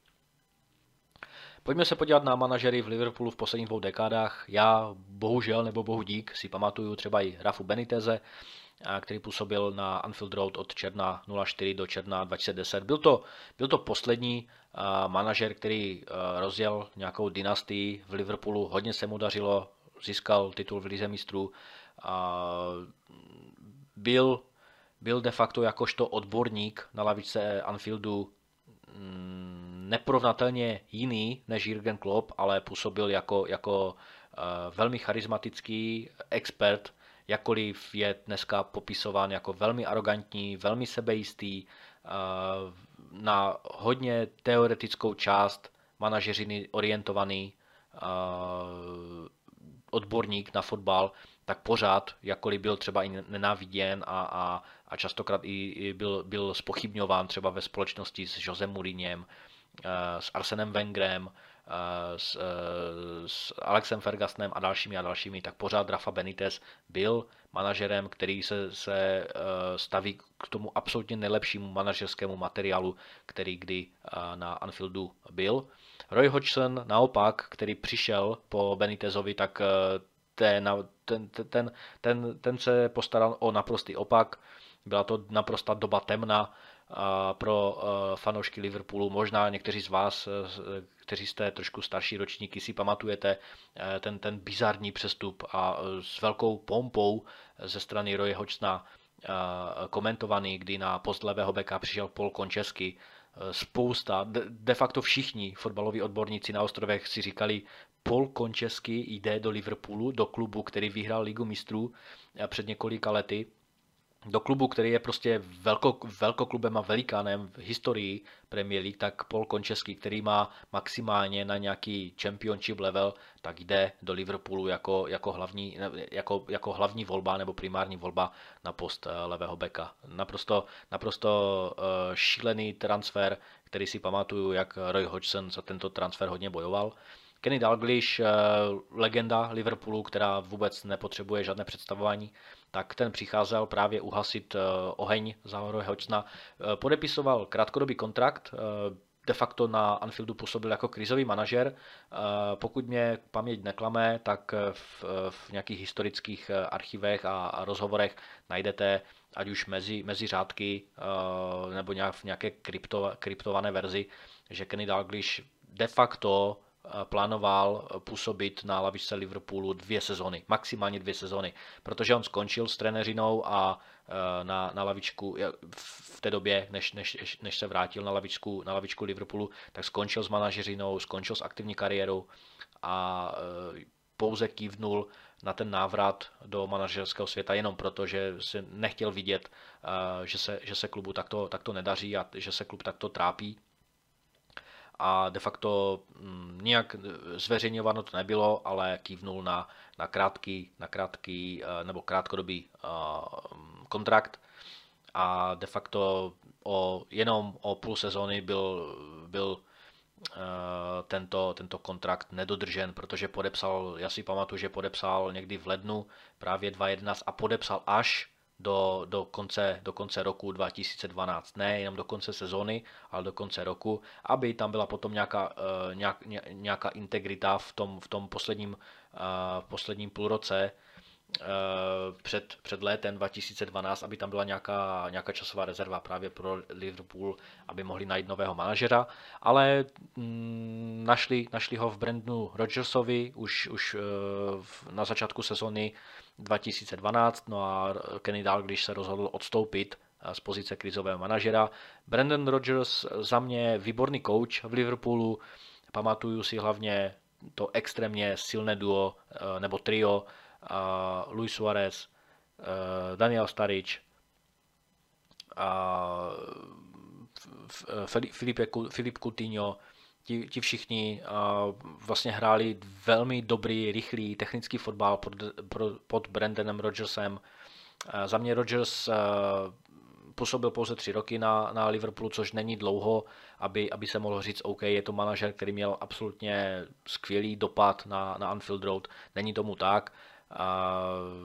Pojďme se podívat na manažery v Liverpoolu v posledních dvou dekádách. Já bohužel nebo bohu dík si pamatuju třeba i Rafu Beniteze, který působil na Anfield Road od června nula čtyři do června dva tisíce deset. Byl to, byl to poslední manažer, který rozjel nějakou dynastii v Liverpoolu. Hodně se mu dařilo, získal titul v lize mistrů. Byl, byl de facto jakožto odborník na lavičce Anfieldu neporovnatelně jiný než Jürgen Klopp, ale působil jako, jako velmi charismatický expert, jakkoliv je dneska popisován jako velmi arrogantní, velmi sebejistý, na hodně teoretickou část manažeřiny orientovaný odborník na fotbal, tak pořád, jakkoliv byl třeba i nenáviděn a, a, a častokrát i, i byl, byl zpochybňován třeba ve společnosti s Josem Mourinhem, s Arsenem Wengerem, s, s Alexem Fergusonem a dalšími a dalšími, tak pořád Rafa Benitez byl manažerem, který se, se staví k tomu absolutně nejlepšímu manažerskému materiálu, který kdy na Anfieldu byl. Roy Hodgson naopak, který přišel po Benitezovi, tak ten, ten, ten, ten, ten se postaral o naprostý opak. Byla to naprosta doba temna pro fanoušky Liverpoolu. Možná někteří z vás, kteří jste trošku starší ročníky, si pamatujete ten, ten bizarní přestup a s velkou pompou ze strany Roye Hodgsona komentovaný, kdy na post levého beka přišel Paul Konchesky. Spousta, de facto všichni fotbaloví odborníci na ostrovech si říkali, Paul Konchesky jde do Liverpoolu, do klubu, který vyhrál Ligu mistrů před několika lety, do klubu, který je prostě velko, velkoklubem a velikánem v historii Premier League, tak Paul Konchesky, který má maximálně na nějaký championship level, tak jde do Liverpoolu jako, jako, hlavní, jako, jako hlavní volba nebo primární volba na post levého beka. Naprosto, naprosto šílený transfer, který si pamatuju, jak Roy Hodgson za tento transfer hodně bojoval. Kenny Dalglish, legenda Liverpoolu, která vůbec nepotřebuje žádné představování, tak ten přicházel právě uhasit oheň za Roye Hodgsona. Podepisoval krátkodobý kontrakt, de facto na Anfieldu působil jako krizový manažer. Pokud mě paměť neklame, tak v, v nějakých historických archivech a, a rozhovorech najdete, ať už mezi, mezi řádky nebo nějak v nějaké krypto, kryptované verzi, že Kenny Dalglish de facto plánoval působit na lavičce Liverpoolu dvě sezony, maximálně dvě sezony, protože on skončil s trenéřinou a na, na lavičku v té době, než, než, než se vrátil na lavičku, na lavičku Liverpoolu, tak skončil s manažerinou, skončil s aktivní kariérou a pouze kývnul na ten návrat do manažerského světa jenom proto, že si nechtěl vidět, že se, že se klubu takto, takto nedaří a že se klub takto trápí. A de facto nijak zveřejňováno to nebylo, ale kývnul na, na krátký, na krátký nebo krátkodobý kontrakt a de facto o, jenom o půl sezóny byl, byl tento, tento kontrakt nedodržen, protože podepsal, já si pamatuju, že podepsal někdy v lednu právě dva tisíce jedenáct a podepsal až do, do, konce, do konce roku dva tisíce dvanáct. Ne jenom do konce sezóny, ale do konce roku, aby tam byla potom nějaká, nějak, nějaká integrita v tom, v tom posledním, v posledním půlroce před, před létem dva tisíce dvanáct, aby tam byla nějaká, nějaká časová rezerva právě pro Liverpool, aby mohli najít nového manažera, ale mm, našli, našli ho v Brendanu Rodgersovi už, už uh, na začátku sezóny dva tisíce dvanáct, no a Kenny Dalglish se rozhodl odstoupit z pozice krizového manažera. Brendan Rodgers za mě výborný coach v Liverpoolu, pamatuju si hlavně to extrémně silné duo uh, nebo trio a Luis Suarez, Daniel Sturridge a Filip Coutinho, ti, ti všichni vlastně hráli velmi dobrý, rychlý technický fotbal pod, pod Brendanem Rodgersem. Za mě Rodgers působil pouze tři roky na, na Liverpoolu, což není dlouho, aby, aby se mohlo říct, OK, je to manažer, který měl absolutně skvělý dopad na, na Anfield Road. Není tomu tak. A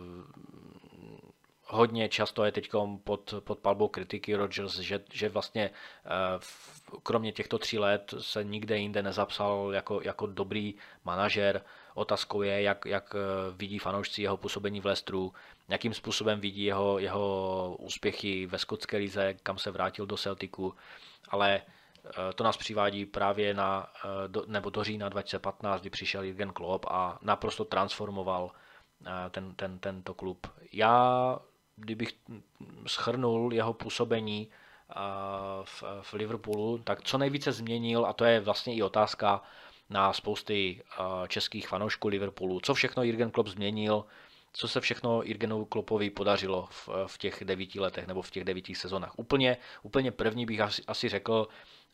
hodně často je teď pod, pod palbou kritiky Rodgers, že, že vlastně kromě těchto tří let se nikde jinde nezapsal jako, jako dobrý manažer. Otázkou je, jak, jak vidí fanoušci jeho působení v Leicesteru, jakým způsobem vidí jeho, jeho úspěchy ve skotské lize, kam se vrátil do Celticu, ale to nás přivádí právě na, nebo do října dva tisíce patnáct, kdy přišel Jürgen Klopp a naprosto transformoval ten, ten, tento klub. Já, kdybych shrnul jeho působení v, v Liverpoolu, tak co nejvíce změnil, a to je vlastně i otázka na spousty českých fanoušků Liverpoolu, co všechno Jürgen Klopp změnil, co se všechno Jürgenu Kloppovi podařilo v, v těch devíti letech nebo v těch devíti sezónách. Úplně, úplně první bych asi, asi řekl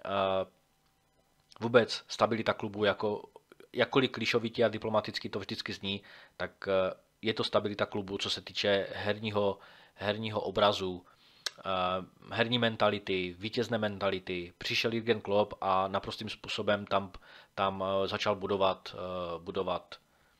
vůbec stabilita klubu, jako jakkoliv klišovitě a diplomaticky to vždycky zní, tak je to stabilita klubu, co se týče herního, herního obrazu, herní mentality, vítězné mentality. Přišel Jürgen Klopp a naprostým způsobem tam, tam začal budovat, budovat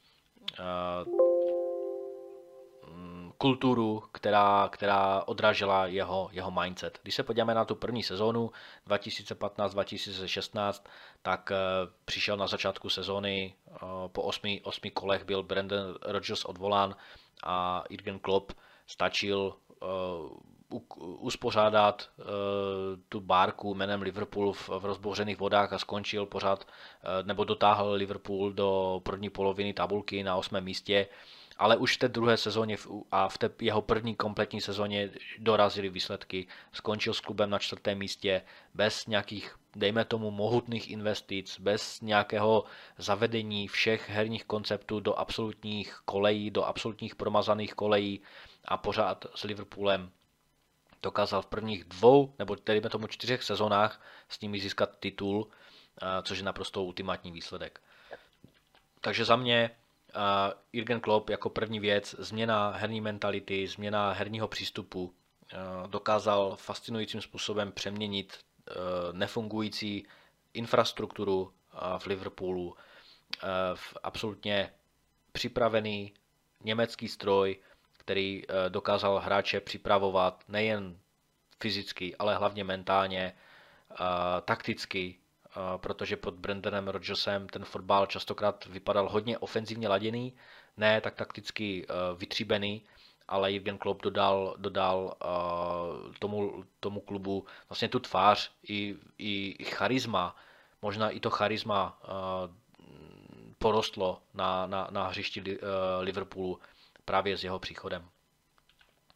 kulturu, která, která odrážela jeho, jeho mindset. Když se podíváme na tu první sezónu dva tisíce patnáct dva tisíce šestnáct, tak přišel na začátku sezóny, po osmi, osmi kolech byl Brendan Rodgers odvolán a Jürgen Klopp stačil uspořádat tu bárku jménem Liverpool v, v rozbouřených vodách a skončil pořád, nebo dotáhl Liverpool do první poloviny tabulky na osmém místě. Ale už v té druhé sezóně a v té jeho první kompletní sezóně dorazily výsledky. Skončil s klubem na čtvrtém místě bez nějakých, dejme tomu, mohutných investic, bez nějakého zavedení všech herních konceptů do absolutních kolejí, do absolutních promazaných kolejí a pořád s Liverpoolem dokázal v prvních dvou nebo dejme tomu čtyřech sezónách s nimi získat titul, což je naprosto ultimátní výsledek. Takže za mě Uh, Jürgen Klopp jako první věc, změna herní mentality, změna herního přístupu, uh, dokázal fascinujícím způsobem přeměnit uh, nefungující infrastrukturu uh, v Liverpoolu uh, v absolutně připravený německý stroj, který uh, dokázal hráče připravovat nejen fyzicky, ale hlavně mentálně, uh, takticky, protože pod Brendanem Rodgersem ten fotbal častokrát vypadal hodně ofenzivně laděný, ne tak takticky vytříbený, ale Jürgen Klopp dodal, dodal tomu, tomu klubu vlastně tu tvář i, i charisma, možná i to charisma porostlo na, na, na hřišti Liverpoolu právě s jeho příchodem.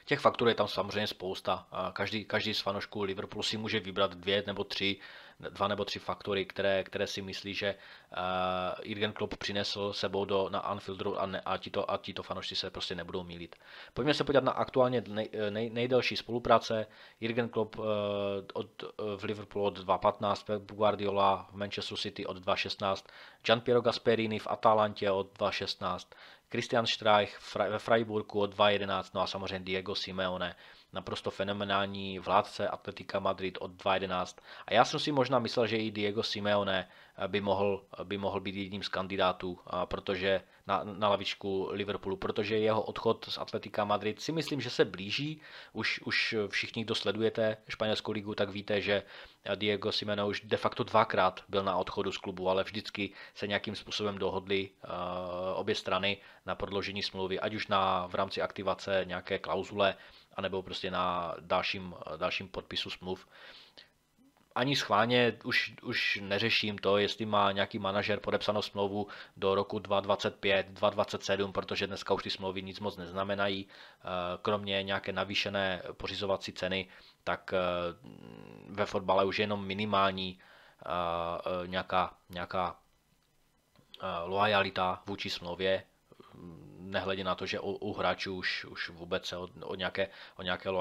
Těch faktur je tam samozřejmě spousta. Každý, každý z fanoušků Liverpoolu si může vybrat dvě nebo tři, dva nebo tři faktory, které, které si myslí, že uh, Jürgen Klopp přinesl sebou do, na Anfield Road a, ne, a, tito, a tito fanoušci se prostě nebudou mýlit. Pojďme se podívat na aktuálně nej, nej, nejdelší spolupráce. Jürgen Klopp uh, od, v Liverpoolu od dva patnáct, Pep Guardiola v Manchester City od dva šestnáct, Gianpiero Gasperini v Atalantě od dva šestnáct, Christian Streich ve Freiburgu od dva jedenáct, no a samozřejmě Diego Simeone, naprosto fenomenální vládce Atletica Madrid od dva jedenáct. A já jsem si možná myslel, že i Diego Simeone by mohl, by mohl být jedním z kandidátů, protože na, na lavičku Liverpoolu, protože jeho odchod z Atletica Madrid si myslím, že se blíží. Už, už všichni, kdo sledujete španělskou ligu, tak víte, že Diego Simeone už de facto dvakrát byl na odchodu z klubu, ale vždycky se nějakým způsobem dohodli uh, obě strany na prodloužení smlouvy, ať už na, v rámci aktivace nějaké klauzule, anebo prostě na dalším, dalším podpisu smluv. Ani schválně už, už neřeším to, jestli má nějaký manažer podepsanou smlouvu do roku dva dvacet pět, dva dvacet sedm, protože dneska už ty smlouvy nic moc neznamenají, kromě nějaké navýšené pořizovací ceny, tak ve fotbale už je jenom minimální nějaká, nějaká loajalita vůči smlouvě, nehledě na to, že u, u hráčů už, už vůbec se o, o nějaké, o nějaké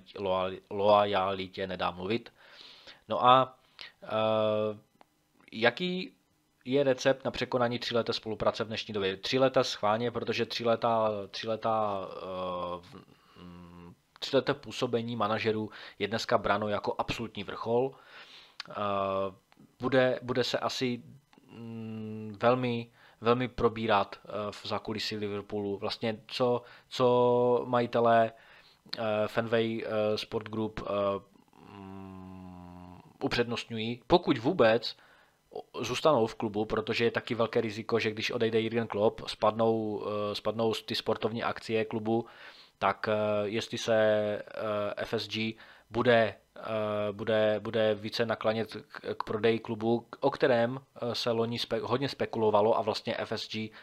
loajalitě nedá mluvit. No a uh, jaký je recept na překonání tříleté spolupráce v dnešní době? Tři leta schválně, protože tři leta, tři leta, uh, tříleté působení manažerů je dneska bráno jako absolutní vrchol. Uh, bude, bude se asi um, velmi velmi probírat v zákulisí Liverpoolu. Vlastně co, co majitelé Fenway Sport Group upřednostňují, pokud vůbec zůstanou v klubu, protože je taky velké riziko, že když odejde Jürgen Klopp, spadnou, spadnou ty sportovní akcie klubu, tak jestli se F S G bude, bude, bude více naklánět k prodeji klubu, o kterém se loni spe, hodně spekulovalo a vlastně F S G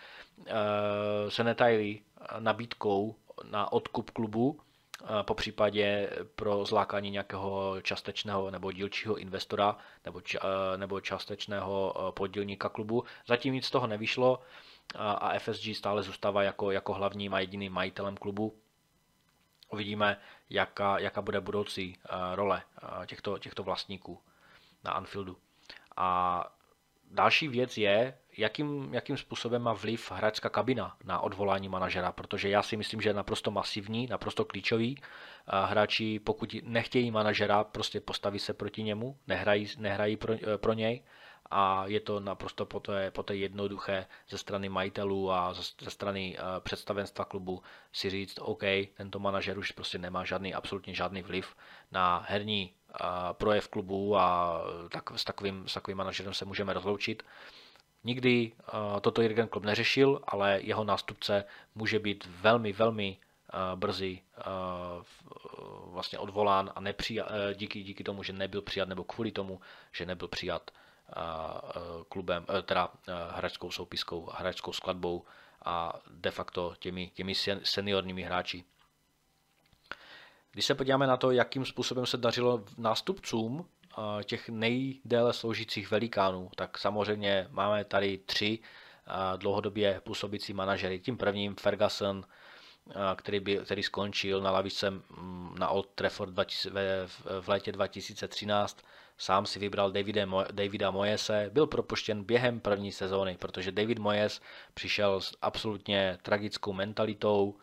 se netajili nabídkou na odkup klubu, po případě pro zlákání nějakého částečného nebo dílčího investora nebo, ča, nebo částečného podílníka klubu. Zatím nic z toho nevyšlo a F S G stále zůstává jako, jako hlavním a jediným majitelem klubu. Uvidíme, jaká, jaká bude budoucí role těchto, těchto vlastníků na Anfieldu. A další věc je, jakým, jakým způsobem má vliv hráčská kabina na odvolání manažera, protože já si myslím, že je naprosto masivní, naprosto klíčový. Hráči, pokud nechtějí manažera, prostě postaví se proti němu, nehrají, nehrají pro, pro něj a je to naprosto poté, poté jednoduché ze strany majitelů a ze, ze strany uh, představenstva klubu si říct, OK, tento manažer už prostě nemá žádný, absolutně žádný vliv na herní uh, projev klubu a tak, s, takovým, s takovým manažerem se můžeme rozloučit. Nikdy uh, toto Jürgen Klopp neřešil, ale jeho nástupce může být velmi, velmi uh, brzy uh, vlastně odvolán a nepřijat, uh, díky, díky tomu, že nebyl přijat, nebo kvůli tomu, že nebyl přijat klubem, teda hráčskou soupiskou, hráčskou skladbou a de facto těmi, těmi seniorními hráči. Když se podíváme na to, jakým způsobem se dařilo nástupcům těch nejdéle sloužících velikánů, tak samozřejmě máme tady tři dlouhodobě působící manažery. Tím prvním Ferguson, který, by, který skončil na lavičce na Old Trafford v létě dva tisíce třináct. Sám si vybral Davide, Davida Moyese, byl propuštěn během první sezóny, protože David Moyes přišel s absolutně tragickou mentalitou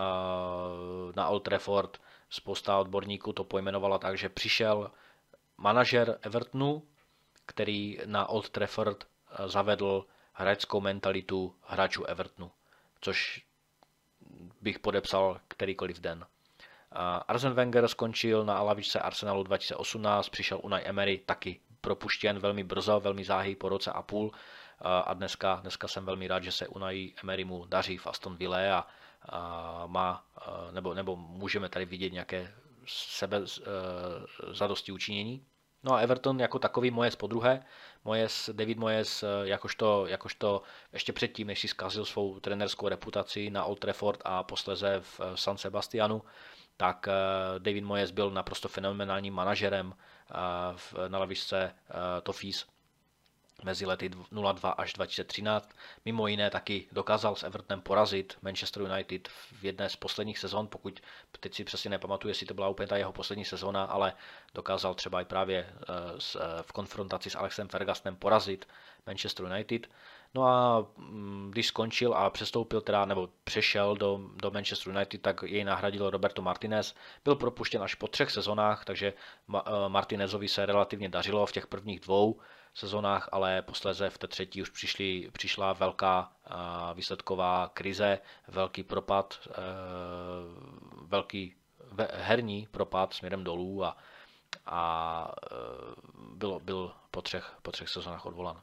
na Old Trafford. Spousta odborníků to pojmenovala tak, že přišel manažer Evertonu, který na Old Trafford zavedl hráčskou mentalitu hráčů Evertonu, což bych podepsal kterýkoliv den. Arsene Wenger skončil na lavičce Arsenalu dva tisíce osmnáct, přišel Unai Emery, taky propuštěn velmi brzo, velmi záhy po roce a půl a dneska, dneska jsem velmi rád, že se Unai Emery mu daří v Aston Ville a, a má, nebo, nebo můžeme tady vidět nějaké sebe zadosti učinění. No a Everton jako takový Moyes podruhé, Moyes, David Moyes jakožto, jakožto ještě předtím, než si zkazil svou trenerskou reputaci na Old Trafford a posléze v San Sebastianu, tak David Moyes byl naprosto fenomenálním manažerem na lavičce Toffees mezi lety nula dva až dva tisíce třináct. Mimo jiné taky dokázal s Evertonem porazit Manchester United v jedné z posledních sezon, pokud teď si přesně nepamatuju, jestli to byla úplně ta jeho poslední sezona, ale dokázal třeba i právě v konfrontaci s Alexem Fergusonem porazit Manchester United. No a když skončil a přestoupil teda, nebo přešel do, do Manchester United, tak jej nahradil Roberto Martinez. Byl propuštěn až po třech sezonách, takže Martinezovi se relativně dařilo v těch prvních dvou sezonách, ale posléze v té třetí už přišli, přišla velká výsledková krize, velký propad, velký herní propad směrem dolů a, a byl, byl po třech, po třech sezonách odvolán.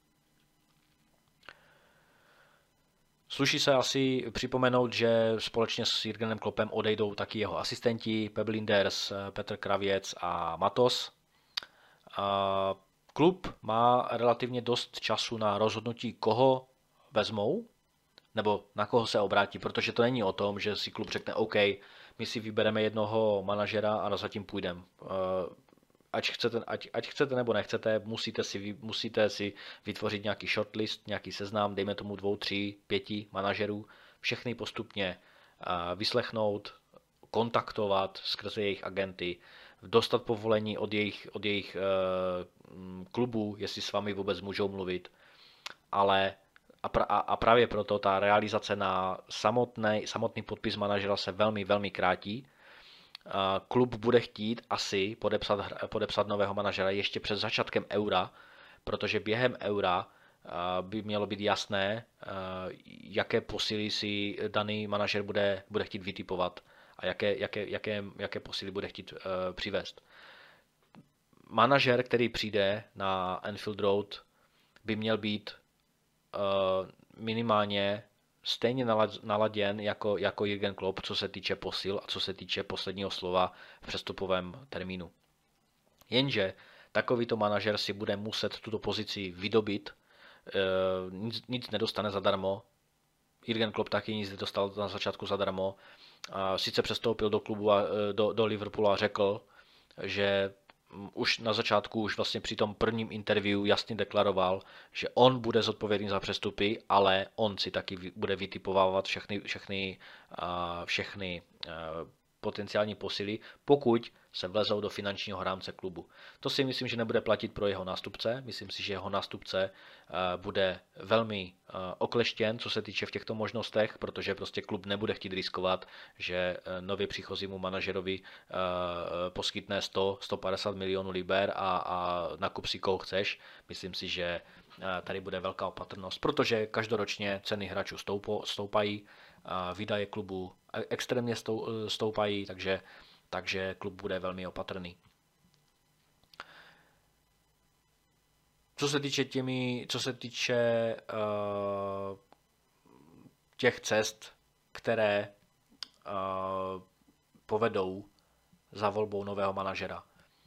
Sluší se asi připomenout, že společně s Jürgenem Kloppem odejdou taky jeho asistenti Pep Linders, Petr Kravěc a Matos. A klub má relativně dost času na rozhodnutí, koho vezmou, nebo na koho se obrátí, protože to není o tom, že si klub řekne OK, my si vybereme jednoho manažera a zatím půjdeme. Ať chcete, ať, ať chcete nebo nechcete, musíte si, musíte si vytvořit nějaký shortlist, nějaký seznam, dejme tomu dvou, tři, pěti manažerů, všechny postupně vyslechnout, kontaktovat skrze jejich agenty, dostat povolení od jejich, od jejich uh, klubů, jestli s vámi vůbec můžou mluvit, ale a, pra, a právě proto ta realizace na samotný, samotný podpis manažera se velmi, velmi krátí. Uh, klub bude chtít asi podepsat, podepsat nového manažera ještě před začátkem eura, protože během eura uh, by mělo být jasné, uh, jaké posily si daný manažer bude, bude chtít vytipovat a jaké, jaké, jaké, jaké posily bude chtít uh, přivést. Manažer, který přijde na Anfield Road, by měl být uh, minimálně stejně naladěn jako, jako Jürgen Klopp, co se týče posil a co se týče posledního slova v přestupovém termínu. Jenže takovýto manažer si bude muset tuto pozici vydobit, uh, nic, nic nedostane zadarmo. Jürgen Klopp taky nic nedostal na začátku zadarmo. Sice přestoupil do klubu a do, do Liverpoolu a řekl, že už na začátku, už vlastně při tom prvním interview jasně deklaroval, že on bude zodpovědný za přestupy, ale on si taky bude vytipovávat všechny, všechny, všechny potenciální posily, pokud se vlezou do finančního rámce klubu. To si myslím, že nebude platit pro jeho nástupce. Myslím si, že jeho nástupce bude velmi okleštěn, co se týče v těchto možnostech, protože prostě klub nebude chtít riskovat, že nově příchozímu manažerovi poskytne sto až sto padesát milionů liber a, a nakup si koho chceš. Myslím si, že tady bude velká opatrnost, protože každoročně ceny hráčů stoupají, výdaje klubu extrémně stoupají, takže, takže klub bude velmi opatrný. Co se týče, těmi, co se týče uh, těch cest, které uh, povedou za volbou nového manažera.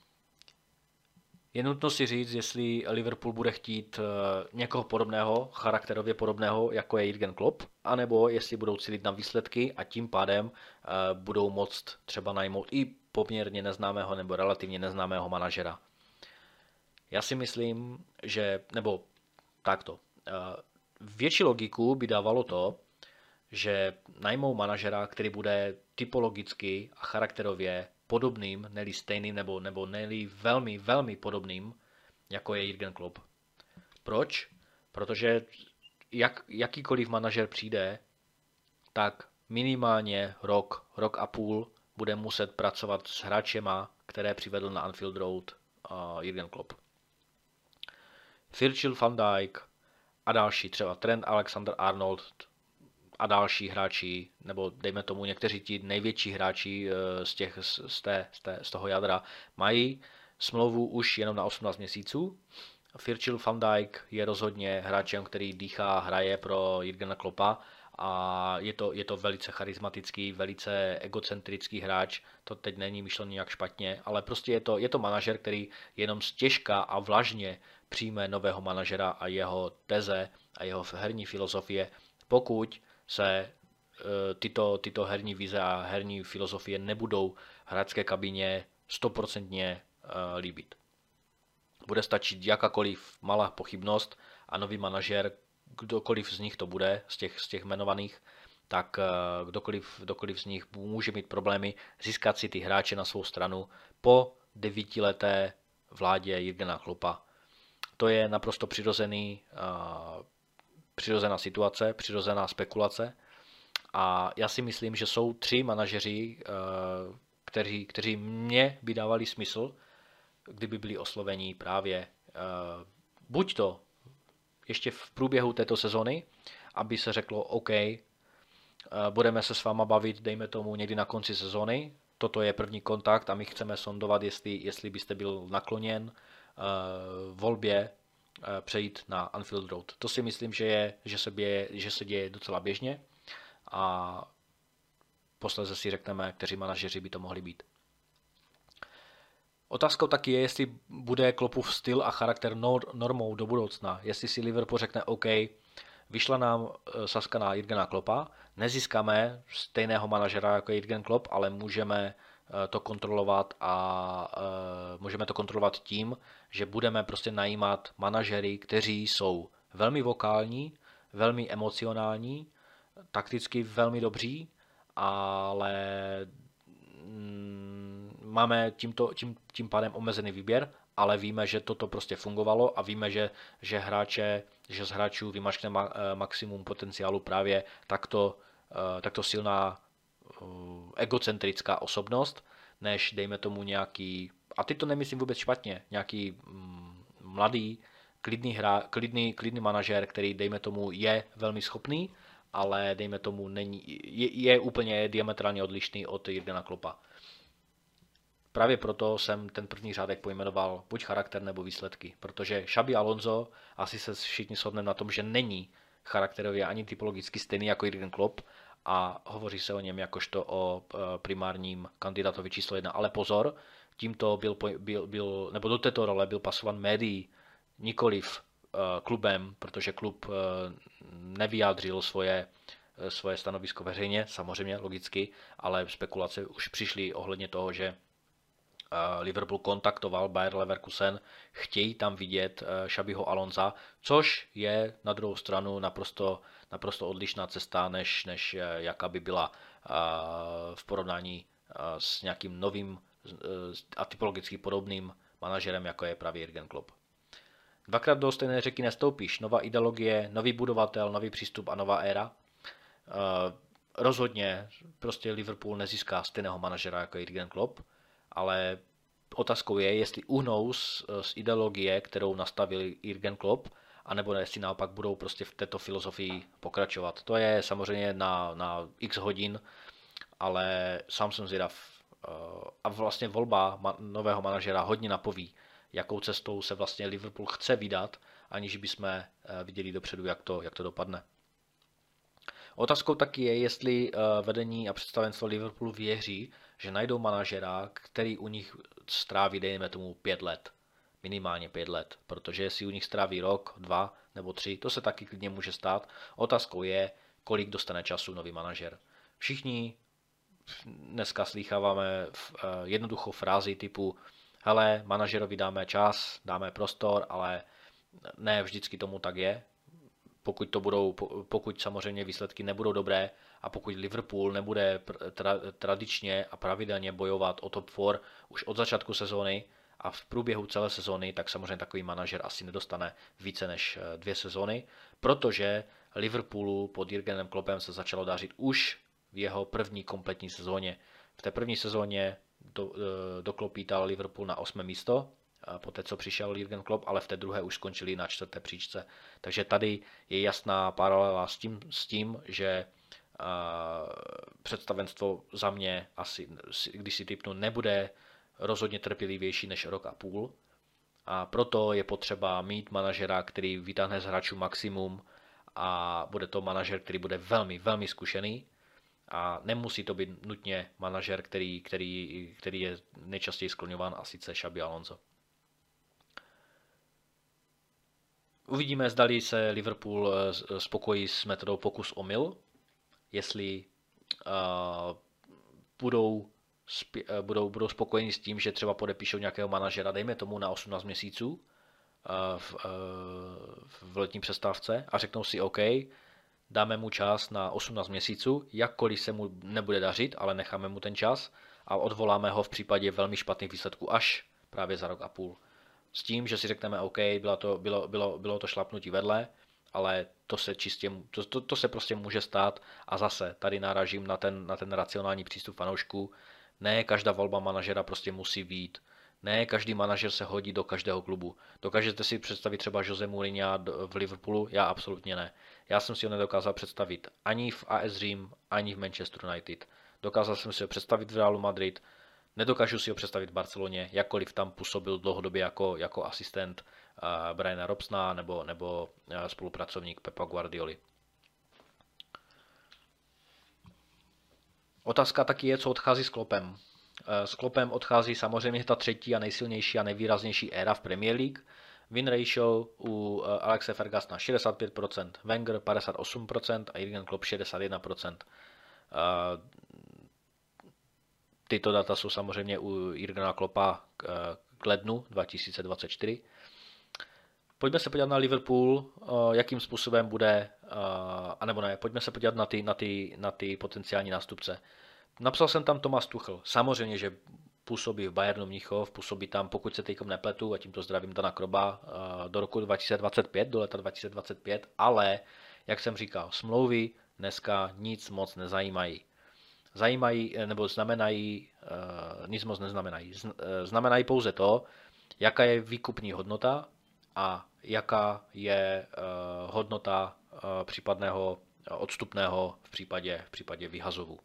Je nutno si říct, jestli Liverpool bude chtít někoho podobného, charakterově podobného, jako je Jürgen Klopp, anebo jestli budou cílit na výsledky a tím pádem budou moct třeba najmout i poměrně neznámého nebo relativně neznámého manažera. Já si myslím, že, nebo takto, větší logiku by dávalo to, že najmou manažera, který bude typologicky a charakterově podobným, neli stejným, nebo, nebo neli velmi, velmi podobným, jako je Jürgen Klopp. Proč? Protože jak, jakýkoliv manažer přijde, tak minimálně rok, rok a půl bude muset pracovat s hráčema, které přivedl na Anfield Road uh, Jürgen Klopp. Virgil van Dijk a další, třeba Trent Alexander-Arnold a další hráči, nebo dejme tomu někteří ti největší hráči z, těch, z, té, z, té, z toho jádra, mají smlouvu už jenom na osmnáct měsíců. Virgil van Dijk je rozhodně hráčem, který dýchá, hraje pro Jürgena Kloppa a je to, je to velice charismatický, velice egocentrický hráč, to teď není myšleno nějak špatně, ale prostě je to, je to manažer, který jenom stěžka a vlažně přijme nového manažera a jeho teze a jeho herní filozofie, pokud se tyto, tyto herní vize a herní filozofie nebudou hráčské kabině stoprocentně líbit. Bude stačit jakákoliv malá pochybnost a nový manažer, kdokoliv z nich to bude, z těch, z těch jmenovaných, tak kdokoliv, kdokoliv z nich může mít problémy získat si ty hráče na svou stranu po devítileté vládě Jürgena Kloppa. To je naprosto přirozený, přirozená situace, přirozená spekulace a já si myslím, že jsou tři manažeři, kteří, kteří mě by dávali smysl, kdyby byli osloveni právě buď to ještě v průběhu této sezony, aby se řeklo OK, budeme se s váma bavit, dejme tomu někdy na konci sezony, toto je první kontakt a my chceme sondovat, jestli, jestli byste byl nakloněn v volbě přejít na Anfield Road. To si myslím, že, je, že, se, běje, že se děje docela běžně a posledně si řekneme, kteří manažeři by to mohli být. Otázkou taky je, jestli bude Kloppův styl a charakter normou do budoucna. Jestli si Liverpool řekne OK, vyšla nám sazka na Jürgena Kloppa, nezískáme stejného manažera jako Jürgen Klopp, ale můžeme to kontrolovat a uh, můžeme to kontrolovat tím, že budeme prostě najímat manažery, kteří jsou velmi vokální, velmi emocionální, takticky velmi dobří, ale mm, máme tímto, tím, tím pádem omezený výběr, ale víme, že toto prostě fungovalo a víme, že, že, hráče, že z hráčů vymačkne ma, maximum potenciálu právě takto, uh, takto silná egocentrická osobnost, než dejme tomu nějaký, a teď to nemyslím vůbec špatně, nějaký mm, mladý, klidný, hra, klidný, klidný manažer, který dejme tomu je velmi schopný, ale dejme tomu není, je, je úplně diametrálně odlišný od Jürgena Kloppa. Právě proto jsem ten první řádek pojmenoval buď charakter nebo výsledky, protože Xabi Alonso, asi se všichni shodneme na tom, že není charakterově ani typologicky stejný jako Jürgen Klopp, a hovoří se o něm jakožto o primárním kandidátovi číslo jedna. Ale pozor, tímto byl, byl, byl nebo do této role byl pasovan médií, nikoliv klubem, protože klub nevyjádřil svoje, svoje stanovisko veřejně, samozřejmě, logicky, ale spekulace už přišly ohledně toho, že Liverpool kontaktoval Bayer Leverkusen, chtějí tam vidět Xabiho Alonsa, což je na druhou stranu naprosto, naprosto odlišná cesta, než, než jaká by byla v porovnání s nějakým novým a typologicky podobným manažerem, jako je právě Jürgen Klopp. Dvakrát do stejné řeky nestoupíš. Nová ideologie, nový budovatel, nový přístup a nová éra. Rozhodně prostě Liverpool nezíská stejného manažera jako Jürgen Klopp, ale otázkou je, jestli uhnou z, z ideologie, kterou nastavil Jürgen Klopp, anebo jestli naopak budou prostě v této filozofii pokračovat. To je samozřejmě na, na x hodin, ale sám jsem zvědav. A vlastně volba nového manažera hodně napoví, jakou cestou se vlastně Liverpool chce vydat, aniž bychom viděli dopředu, jak to, jak to dopadne. Otázkou taky je, jestli vedení a představenstvo Liverpoolu věří, že najdou manažera, který u nich stráví, dejme tomu, pět let. Minimálně pět let, protože jestli u nich stráví rok, dva nebo tři, to se taky klidně může stát. Otázkou je, kolik dostane času nový manažer. Všichni dneska slýcháváme jednoduchou frázi typu hele, manažerovi dáme čas, dáme prostor, ale ne vždycky tomu tak je. Pokud, to budou, pokud samozřejmě výsledky nebudou dobré a pokud Liverpool nebude tra, tradičně a pravidelně bojovat o top čtyři už od začátku sezóny a v průběhu celé sezóny, tak samozřejmě takový manažer asi nedostane více než dvě sezóny, protože Liverpoolu pod Jürgenem Kloppem se začalo dařit už v jeho první kompletní sezóně. V té první sezóně do, doklopítal Liverpool na osmé místo, poté co přišel Jürgen Klopp, ale v té druhé už skončili na čtvrté příčce. Takže tady je jasná paralela s tím, s tím že uh, představenstvo za mě asi, když si tipnu, nebude rozhodně trpělivější než rok a půl. A proto je potřeba mít manažera, který vytáhne z hráčů maximum a bude to manažer, který bude velmi, velmi zkušený. A nemusí to být nutně manažer, který, který, který je nejčastěji skloňován, a sice Xabi Alonso. Uvidíme, zdali se Liverpool spokojí s metodou pokus omyl, jestli budou, budou, budou spokojeni s tím, že třeba podepíšou nějakého manažera, dejme tomu na osmnáct měsíců v, v letní přestávce a řeknou si OK, dáme mu čas na osmnáct měsíců, jakkoliv se mu nebude dařit, ale necháme mu ten čas a odvoláme ho v případě velmi špatných výsledků až právě za rok a půl. S tím, že si řekneme OK, bylo to, bylo, bylo, bylo to šlapnutí vedle, ale to se čistě, to, to, to se prostě může stát a zase tady narážím na ten, na ten racionální přístup fanoušků. Ne každá volba manažera prostě musí být. Ne každý manažer se hodí do každého klubu. Dokážete si představit třeba Jose Mourinha v Liverpoolu? Já absolutně ne. Já jsem si ho nedokázal představit ani v A S Řím, ani v Manchester United. Dokázal jsem si ho představit v Realu Madrid, nedokážu si ho představit v Barceloně, jakkoliv tam působil dlouhodobě jako, jako asistent uh, Briana Robsona nebo, nebo uh, spolupracovník Pepa Guardioli. Otázka taky je, co odchází s Kloppem. S Kloppem odchází samozřejmě ta třetí a nejsilnější a nejvýraznější éra v Premier League. Win ratio u Alexe Fergusona šedesát pět procent, Wenger padesát osm procent a Jürgen Klopp šedesát jedna procent. Tyto data jsou samozřejmě u Jürgena Kloppa k lednu dva tisíce dvacet čtyři. Pojďme se podívat na Liverpool, jakým způsobem bude, anebo ne, pojďme se podívat na ty, na ty, na ty potenciální nástupce. Napsal jsem tam Thomas Tuchel. Samozřejmě, že působí v Bayernu Mnichov, působí tam, pokud se teďkom nepletu, a tímto zdravím Dana Kroba, do roku dva tisíce dvacet pět, do leta dva tisíce dvacet pět, ale, jak jsem říkal, smlouvy dneska nic moc nezajímají. Zajímají, nebo znamenají, nic moc neznamenají. Znamenají pouze to, jaká je výkupní hodnota a jaká je hodnota případného odstupného v případě, v případě vyhazovů.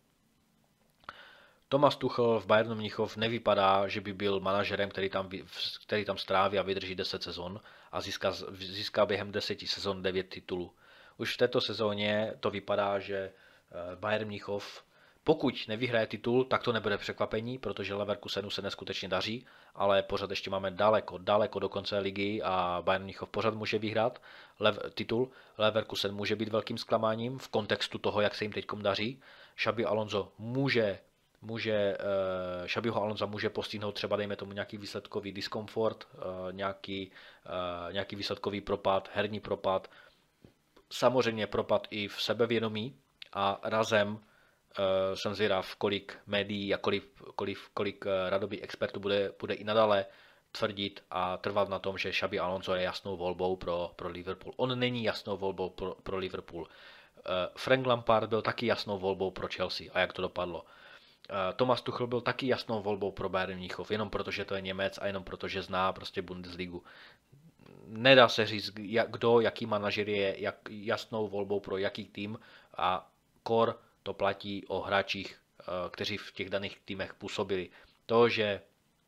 Thomas Tuchel v Bayernu Mnichov nevypadá, že by byl manažerem, který tam, který tam stráví a vydrží deset sezon a získá, získá během deseti sezon devět titulů. Už v této sezóně to vypadá, že Bayern Mnichov, pokud nevyhraje titul, tak to nebude překvapení, protože Leverkusenu se neskutečně daří, ale pořád ještě máme daleko, daleko do konce ligy a Bayern Mnichov pořád může vyhrát lev, titul. Leverkusen může být velkým zklamáním v kontextu toho, jak se jim teďkom daří. Xabi Alonso může může, uh, Xabiho Alonso může postihnout třeba, dejme tomu, nějaký výsledkový diskomfort, uh, nějaký, uh, nějaký výsledkový propad, herní propad, samozřejmě propad i v sebevědomí a razem uh, jsem zvědav, kolik médií a kolik, kolik, kolik uh, radových expertů bude, bude i nadále tvrdit a trvat na tom, že Xabi Alonso je jasnou volbou pro, pro Liverpool. On není jasnou volbou pro, pro Liverpool. Uh, Frank Lampard byl taky jasnou volbou pro Chelsea a jak to dopadlo. Thomas Tuchel byl taky jasnou volbou pro Bayern Mnichov, jenom protože to je Němec a jenom protože zná prostě Bundesligu. Nedá se říct, kdo, jaký manažer je jak, jasnou volbou pro jaký tým a kor to platí o hráčích, kteří v těch daných týmech působili. To, že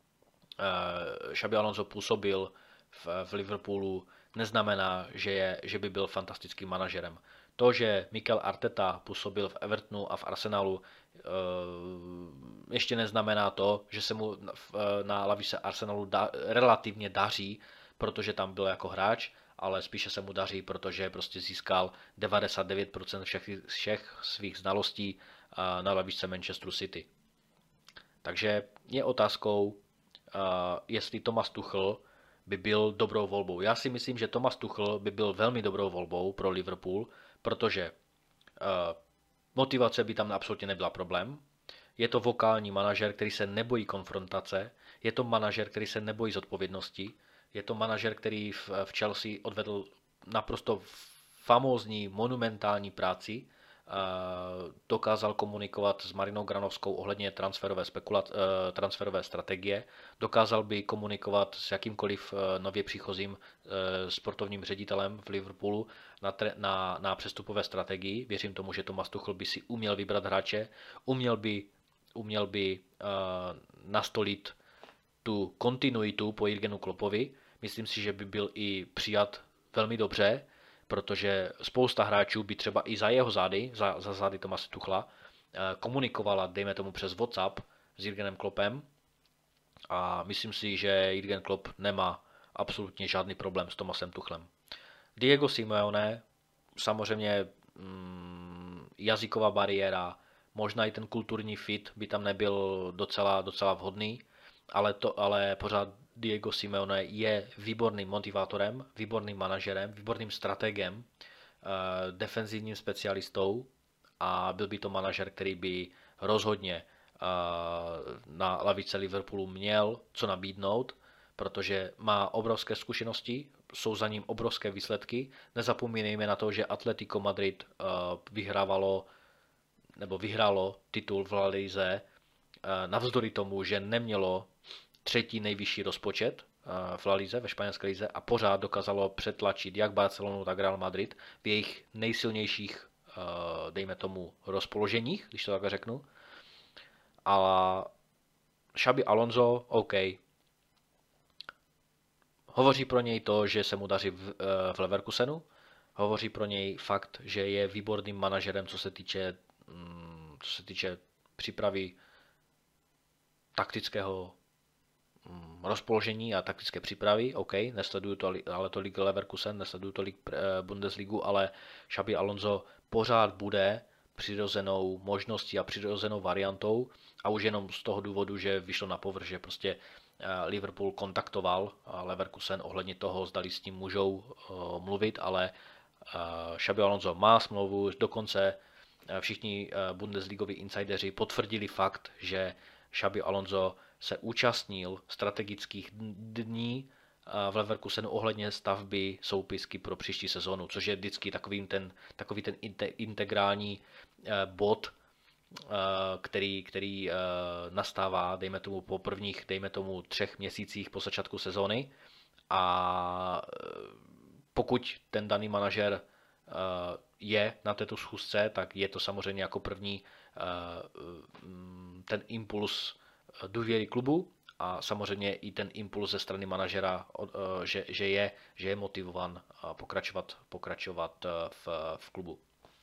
Xabi Alonso působil v, v Liverpoolu, neznamená, že, je, že by byl fantastickým manažerem. To, že Mikel Arteta působil v Evertonu a v Arsenalu, ještě neznamená to, že se mu na lavičce Arsenalu da, relativně daří, protože tam byl jako hráč, ale spíše se mu daří, protože prostě získal devadesát devět procent všech, všech svých znalostí na lavičce Manchesteru City. Takže je otázkou, jestli Thomas Tuchel by byl dobrou volbou. Já si myslím, že Thomas Tuchel by byl velmi dobrou volbou pro Liverpool, protože motivace by tam absolutně nebyla problém. Je to vokální manažer, který se nebojí konfrontace. Je to manažer, který se nebojí zodpovědnosti. Je to manažer, který v, v Chelsea odvedl naprosto famózní, monumentální práci. Dokázal komunikovat s Marinou Granovskou ohledně transferové, spekula- transferové strategie. Dokázal by komunikovat s jakýmkoliv nově příchozím sportovním ředitelem v Liverpoolu na, tre- na, na přestupové strategii. Věřím tomu, že Thomas Tuchel by si uměl vybrat hráče, uměl by, uměl by uh, nastolit tu kontinuitu po Jürgenu Kloppovi. Myslím si, že by byl i přijat velmi dobře, protože spousta hráčů by třeba i za jeho zády, za, za zády Thomase Tuchla, komunikovala, dejme tomu přes WhatsApp s Jürgenem Kloppem a myslím si, že Jürgen Klopp nemá absolutně žádný problém s Thomasem Tuchlem. Diego Simeone, samozřejmě mm, jazyková bariéra, možná i ten kulturní fit by tam nebyl docela, docela vhodný, ale, to, ale pořád Diego Simeone je výborným motivátorem, výborným manažerem, výborným strategem, defenzivním specialistou a byl by to manažer, který by rozhodně na lavice Liverpoolu měl co nabídnout, protože má obrovské zkušenosti, jsou za ním obrovské výsledky. Nezapomínejme na to, že Atletico Madrid vyhrávalo nebo vyhrálo titul v La Lize navzdory tomu, že nemělo třetí nejvyšší rozpočet v La Lize, ve španělské lize a pořád dokázalo přetlačit jak Barcelonu, tak Real Madrid v jejich nejsilnějších, dejme tomu, rozpoloženích, když to takhle řeknu. A Xabi Alonso, OK. Hovoří pro něj to, že se mu daří v, v Leverkusenu. Hovoří pro něj fakt, že je výborným manažerem, co se týče, co se týče přípravy taktického rozpoložení a taktické přípravy. OK, nesleduju to, ale to Liga Leverkusen, nesleduju to Bundesligu, ale Xabi Alonso pořád bude přirozenou možností a přirozenou variantou a už jenom z toho důvodu, že vyšlo na povrch, že prostě Liverpool kontaktoval Leverkusen ohledně toho, zdali s tím můžou mluvit, ale Xabi Alonso má smlouvu, dokonce všichni Bundesligoví insideři potvrdili fakt, že Xabi Alonso se účastnil strategických dní v Leverkusenu ohledně stavby soupisky pro příští sezonu, což je vždycky takový ten, takový ten integrální bod, který, který nastává, dejme tomu, po prvních, dejme tomu, třech měsících po začátku sezony. A pokud ten daný manažer je na této schůzce, tak je to samozřejmě jako první ten impuls důvěry klubu a samozřejmě i ten impuls ze strany manažera, že, že, je, že je motivovan pokračovat, pokračovat v, v klubu.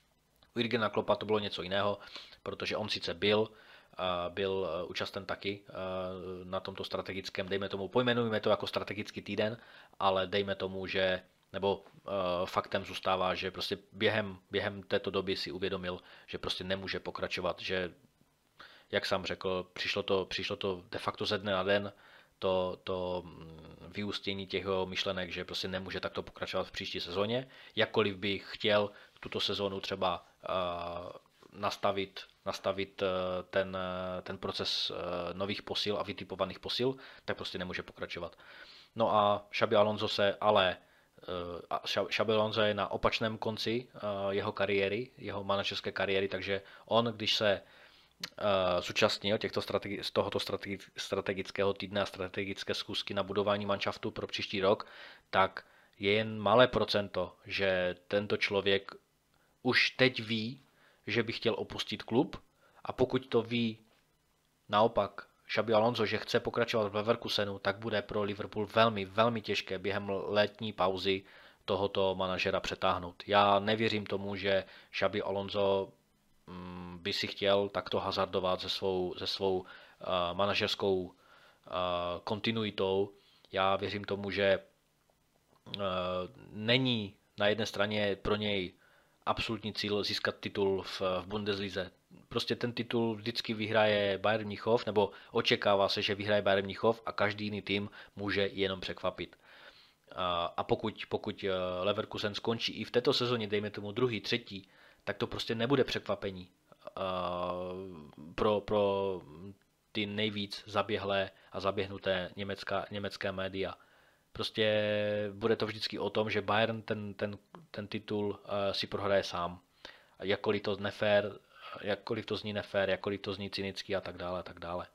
U Jurgena Kloppa to bylo něco jiného, protože on sice byl, byl účasten taky na tomto strategickém, dejme tomu, pojmenujme to jako strategický týden, ale dejme tomu, že nebo uh, faktem zůstává, že prostě během, během této doby si uvědomil, že prostě nemůže pokračovat, že jak sám řekl, přišlo to, přišlo to de facto ze dne na den, to, to vyústění těch myšlenek, že prostě nemůže takto pokračovat v příští sezóně, jakkoliv by chtěl tuto sezónu třeba uh, nastavit, nastavit uh, ten, uh, ten proces uh, nových posil a vytipovaných posil, tak prostě nemůže pokračovat. No a Xabi Alonso se ale Xabi Alonso je na opačném konci jeho kariéry, jeho manažerské kariéry, takže on, když se zúčastnil těchto strategi- z tohoto strategi- strategického týdne a strategické schůzky na budování manšaftu pro příští rok, tak je jen malé procento, že tento člověk už teď ví, že by chtěl opustit klub a pokud to ví naopak Xabi Alonso, že chce pokračovat v Leverkusenu, tak bude pro Liverpool velmi, velmi těžké během letní pauzy tohoto manažera přetáhnout. Já nevěřím tomu, že Xabi Alonso by si chtěl takto hazardovat se svou, se svou uh, manažerskou uh, kontinuitou. Já věřím tomu, že uh, není na jedné straně pro něj absolutní cíl získat titul v, v Bundeslize. Prostě ten titul vždycky vyhraje Bayern Mnichov, nebo očekává se, že vyhraje Bayern Mnichov a každý jiný tým může jenom překvapit. A, a pokud, pokud Leverkusen skončí i v této sezóně, dejme tomu druhý, třetí, tak to prostě nebude překvapení a, pro, pro ty nejvíc zaběhlé a zaběhnuté německá, německé média. Prostě bude to vždycky o tom, že Bayern ten, ten, ten titul uh, si prohraje sám. Jakkoliv to nefér, jakkoliv to zní nefér, jakkoliv to zní cynicky a tak dále, a tak dále.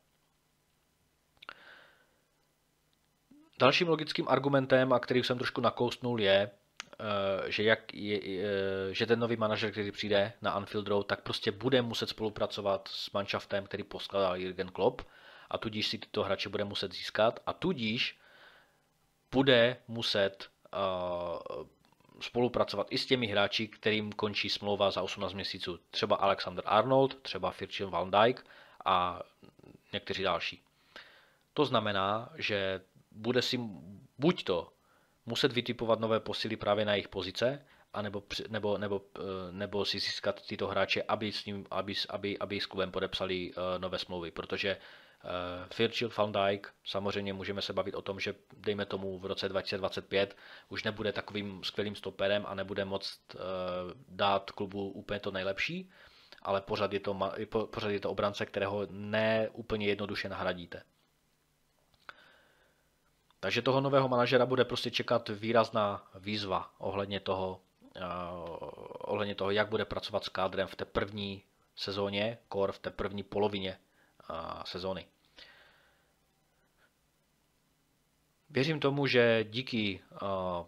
Dalším logickým argumentem, a který jsem trošku nakousnul, je, uh, že, jak je, uh, že ten nový manažer, který přijde na Anfield Road, tak prostě bude muset spolupracovat s manšaftem, který poskladal Jürgen Klopp a tudíž si tyto hráče bude muset získat a tudíž bude muset uh, spolupracovat i s těmi hráči, kterým končí smlouva za osmnáct měsíců. Třeba Alexander Arnold, třeba Virgil van Dijk a někteří další. To znamená, že bude si buď to muset vytipovat nové posily právě na jejich pozice, anebo, nebo, nebo, nebo si získat tyto hráče, aby s, ním, aby, aby, aby s klubem podepsali nové smlouvy, protože Virgil van Dijk, samozřejmě můžeme se bavit o tom, že dejme tomu v roce dva tisíce dvacet pět už nebude takovým skvělým stoperem a nebude moct dát klubu úplně to nejlepší, ale pořád je to, pořád je to obránce, kterého ne úplně jednoduše nahradíte. Takže toho nového manažera bude prostě čekat výrazná výzva ohledně toho, uh, ohledně toho, jak bude pracovat s kádrem v té první sezóně, kor v té první polovině uh, sezóny. Věřím tomu, že díky uh, uh,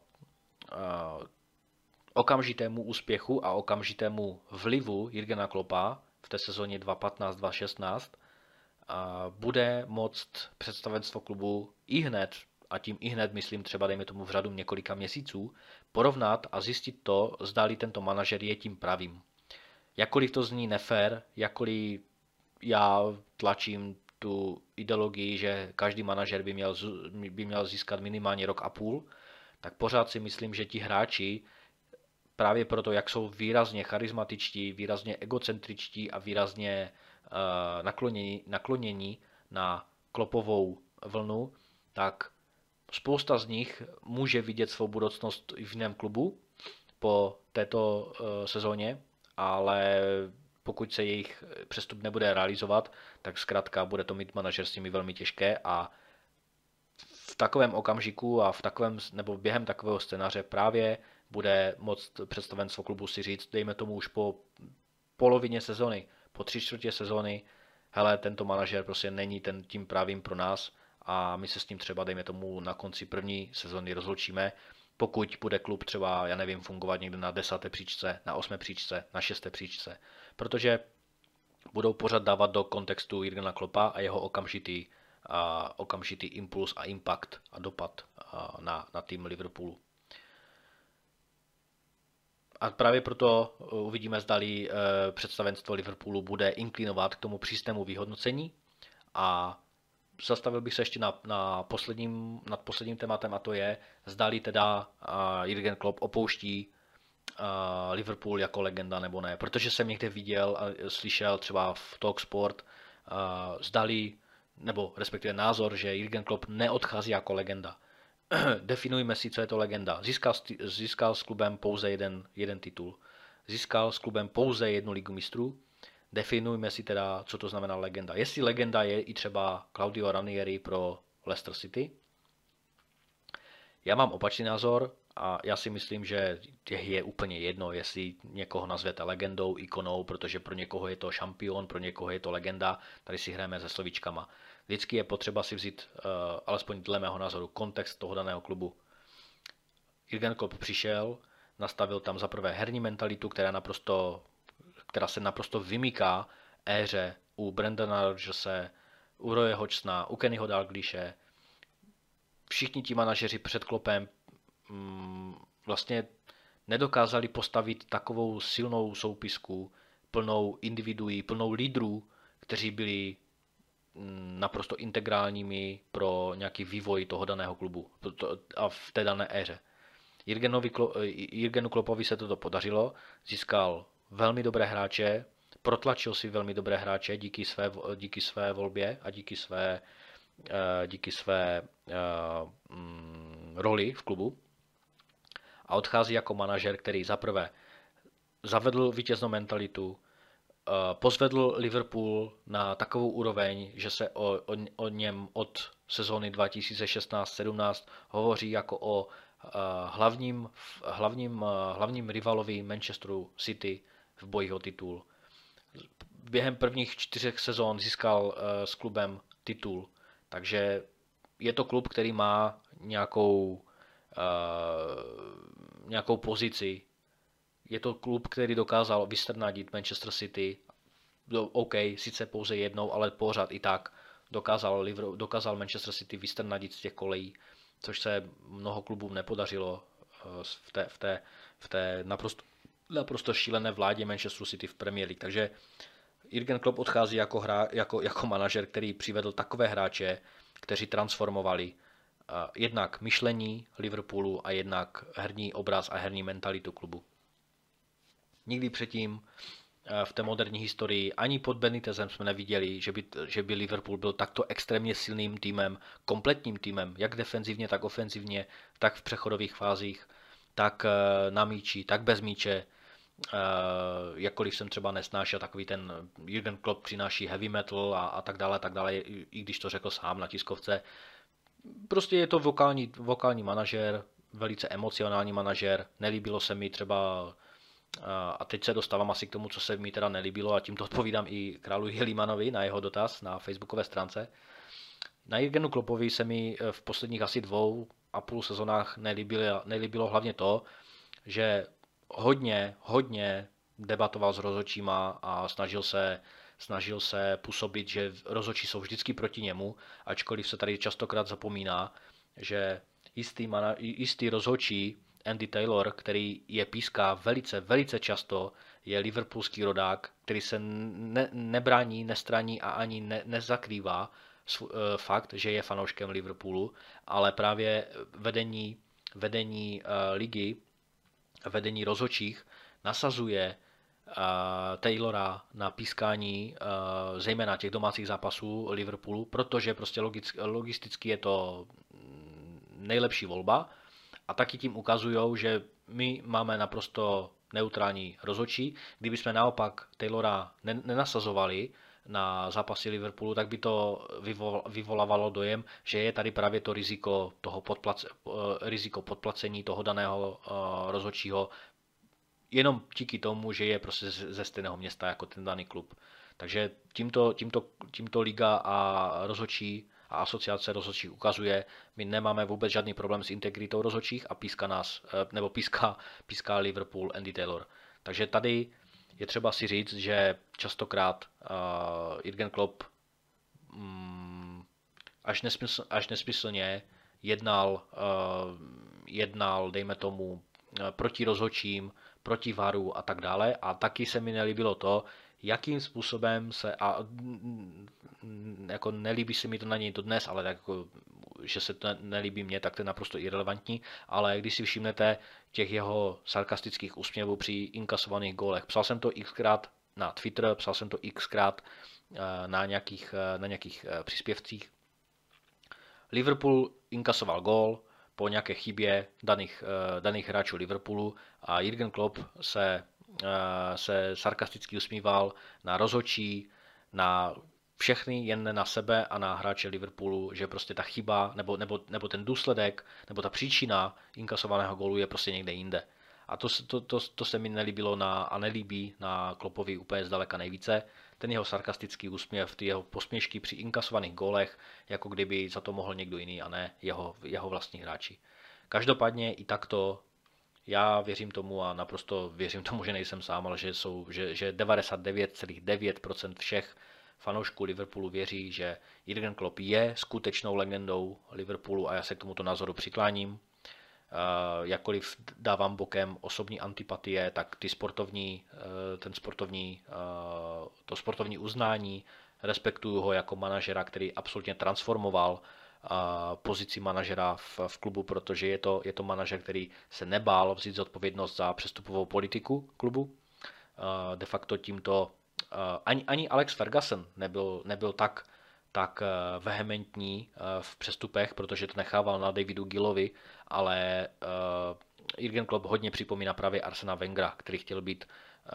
okamžitému úspěchu a okamžitému vlivu Jürgena Kloppa v té sezóně dva tisíce patnáct dva tisíce šestnáct uh, bude moct představenstvo klubu i hned, a tím i hned myslím třeba dejme tomu v řadu několika měsíců, porovnat a zjistit to, zdali tento manažer je tím pravým. Jakkoliv to zní nefér, jakkoliv já tlačím tu ideologii, že každý manažer by měl, by měl získat minimálně rok a půl, tak pořád si myslím, že ti hráči právě proto, jak jsou výrazně charismatičtí, výrazně egocentričtí a výrazně uh, naklonění, naklonění na Kloppovou vlnu, tak spousta z nich může vidět svou budoucnost i v jiném klubu po této uh, sezóně, ale pokud se jejich přestup nebude realizovat, tak zkrátka bude to mít manažer s nimi velmi těžké a v takovém okamžiku a v takovém, nebo během takového scénáře právě bude moct představenstvo klubu si říct, dejme tomu už po polovině sezony, po tři čtvrtě sezony, hele, tento manažer prostě není ten tím právým pro nás a my se s tím třeba, dejme tomu, na konci první sezony rozloučíme, pokud bude klub třeba, já nevím, fungovat někde na desáté příčce, na osmé příčce, na šesté příčce, protože budou pořád dávat do kontextu Jürgena Kloppa a jeho okamžitý, a okamžitý impuls a impact a dopad a na, na tým Liverpoolu. A právě proto uvidíme, zdali představenstvo Liverpoolu bude inklinovat k tomu přísnému vyhodnocení a zastavil bych se ještě na, na posledním, nad posledním tématem a to je, zdali teda uh, Jürgen Klopp opouští uh, Liverpool jako legenda nebo ne, protože jsem někde viděl a slyšel třeba v Talksport, uh, zdali, nebo respektive názor, že Jürgen Klopp neodchází jako legenda. Definujme si, co je to legenda. Získal, získal s klubem pouze jeden, jeden titul. Získal s klubem pouze jednu ligu mistrů. Definujme si teda, co to znamená legenda. Jestli legenda je i třeba Claudio Ranieri pro Leicester City. Já mám opačný názor a já si myslím, že je úplně jedno, jestli někoho nazvete legendou, ikonou, protože pro někoho je to šampion, pro někoho je to legenda. Tady si hrajeme se slovíčkama. Vždycky je potřeba si vzít, uh, alespoň dle mého názoru, kontext toho daného klubu. Jürgen Klopp přišel, nastavil tam za prvé herní mentalitu, která naprosto která se naprosto vymyká éře u Brendana Rodgerse, u Roye Hodgsona, u Kennyho Dalglishe. Všichni ti manažeři před Kloppem mm, vlastně nedokázali postavit takovou silnou soupisku, plnou individuí, plnou lídrů, kteří byli mm, naprosto integrálními pro nějaký vývoj toho daného klubu a v té dané éře. Jürgenu Kloppovi se toto podařilo, získal velmi dobré hráče, protlačil si velmi dobré hráče díky své, díky své volbě a díky své, díky své uh, um, roli v klubu a odchází jako manažer, který zaprvé zavedl vítěznou mentalitu, uh, pozvedl Liverpool na takovou úroveň, že se o, o, o něm od sezóny dva tisíce šestnáct sedmnáct hovoří jako o uh, hlavním, hlavním, uh, hlavním rivalovi Manchesteru City v bojích o titul. Během prvních čtyřech sezón získal uh, s klubem titul, takže je to klub, který má nějakou, uh, nějakou pozici. Je to klub, který dokázal vystrnadit Manchester City. OK, sice pouze jednou, ale pořád i tak dokázal, dokázal Manchester City vystrnadit z těch kolejí, což se mnoho klubům nepodařilo uh, v té, v té, v té naprosto naprosto šílené vládě Manchesteru City v Premier League. Takže Jürgen Klopp odchází jako, hra, jako, jako manažer, který přivedl takové hráče, kteří transformovali uh, jednak myšlení Liverpoolu a jednak herní obraz a herní mentalitu klubu. Nikdy předtím v té moderní historii ani pod Benitezem jsme neviděli, že by, že by Liverpool byl takto extrémně silným týmem, kompletním týmem, jak defenzivně, tak ofenzivně, tak v přechodových fázích, tak na míči, tak bez míče. Jakkoliv jsem třeba nesnášel takový ten Jürgen Klopp přináší heavy metal a, a tak dále, tak dále, i, i když to řekl sám na tiskovce. Prostě je to vokální, vokální manažer, velice emocionální manažer. Nelíbilo se mi třeba, a teď se dostávám asi k tomu, co se mi teda nelíbilo, a tímto odpovídám i králu Jelimanovi na jeho dotaz na facebookové stránce. Na Jürgenu Kloppovi se mi v posledních asi dvou a půl sezónách nelíbilo, nelíbilo hlavně to, že hodně, hodně debatoval s rozhodčíma a snažil se, snažil se působit, že rozhodčí jsou vždycky proti němu, ačkoliv se tady častokrát zapomíná, že jistý, mana, jistý rozhodčí Andy Taylor, který je píská velice, velice často, je liverpoolský rodák, který se ne, nebrání, nestraní a ani ne, nezakrývá fakt, že je fanouškem Liverpoolu, ale právě vedení, vedení uh, ligy, vedení rozhodčích nasazuje uh, Taylora na pískání uh, zejména těch domácích zápasů Liverpoolu, protože prostě logicky, logisticky je to nejlepší volba a taky tím ukazují, že my máme naprosto neutrální rozhodčí. Kdyby jsme naopak Taylora nenasazovali na zápasy Liverpoolu, tak by to vyvolávalo dojem, že je tady právě to riziko, toho podplace, riziko podplacení toho daného rozhodčího jenom díky tomu, že je prostě ze stejného města jako ten daný klub. Takže tímto, tímto, tímto liga a rozhodčí a asociace rozhodčích ukazuje, my nemáme vůbec žádný problém s integritou rozhodčích a píská nás, nebo píská, píská Liverpool Andy Taylor. Takže tady je třeba si říct, že častokrát uh, Jürgen Klopp um, až, nesmysl, až nesmyslně jednal, uh, jednal, dejme tomu, uh, proti rozhodčím, proti varu a tak dále. A taky se mi nelíbilo to, jakým způsobem se, a jako nelíbí se mi to na něj to dnes, ale tak jako, že se to nelíbí mně, tak to je naprosto irrelevantní, ale když si všimnete těch jeho sarkastických úsměvů při inkasovaných gólech, psal jsem to xkrát na Twitter, psal jsem to xkrát na nějakých, na nějakých příspěvcích. Liverpool inkasoval gól po nějaké chybě daných, daných hráčů Liverpoolu a Jürgen Klopp se se sarkasticky usmíval na rozhodčí, na všechny, jen na sebe a na hráče Liverpoolu, že prostě ta chyba, nebo, nebo, nebo ten důsledek, nebo ta příčina inkasovaného gólu je prostě někde jinde. A to, to, to, to se mi nelíbilo na, a nelíbí na Kloppovi úplně zdaleka nejvíce. Ten jeho sarkastický úsměv, ty jeho posměšky při inkasovaných gólech, jako kdyby za to mohl někdo jiný a ne jeho, jeho vlastní hráči. Každopádně i takto já věřím tomu a naprosto věřím tomu, že nejsem sám, ale že, jsou, že, že devadesát devět celá devět procent všech fanoušků Liverpoolu věří, že Jürgen Klopp je skutečnou legendou Liverpoolu a já se k tomuto názoru přikláním. Uh, jakkoliv dávám bokem osobní antipatie, tak ty sportovní, uh, ten sportovní, uh, to sportovní uznání, respektuju ho jako manažera, který absolutně transformoval pozici manažera v, v klubu, protože je to, je to manažer, který se nebál vzít zodpovědnost za přestupovou politiku klubu. De facto tímto ani, ani Alex Ferguson nebyl, nebyl tak, tak vehementní v přestupech, protože to nechával na Davidu Gillovi, ale Jürgen Klopp hodně připomíná právě Arsena Wengera, který chtěl být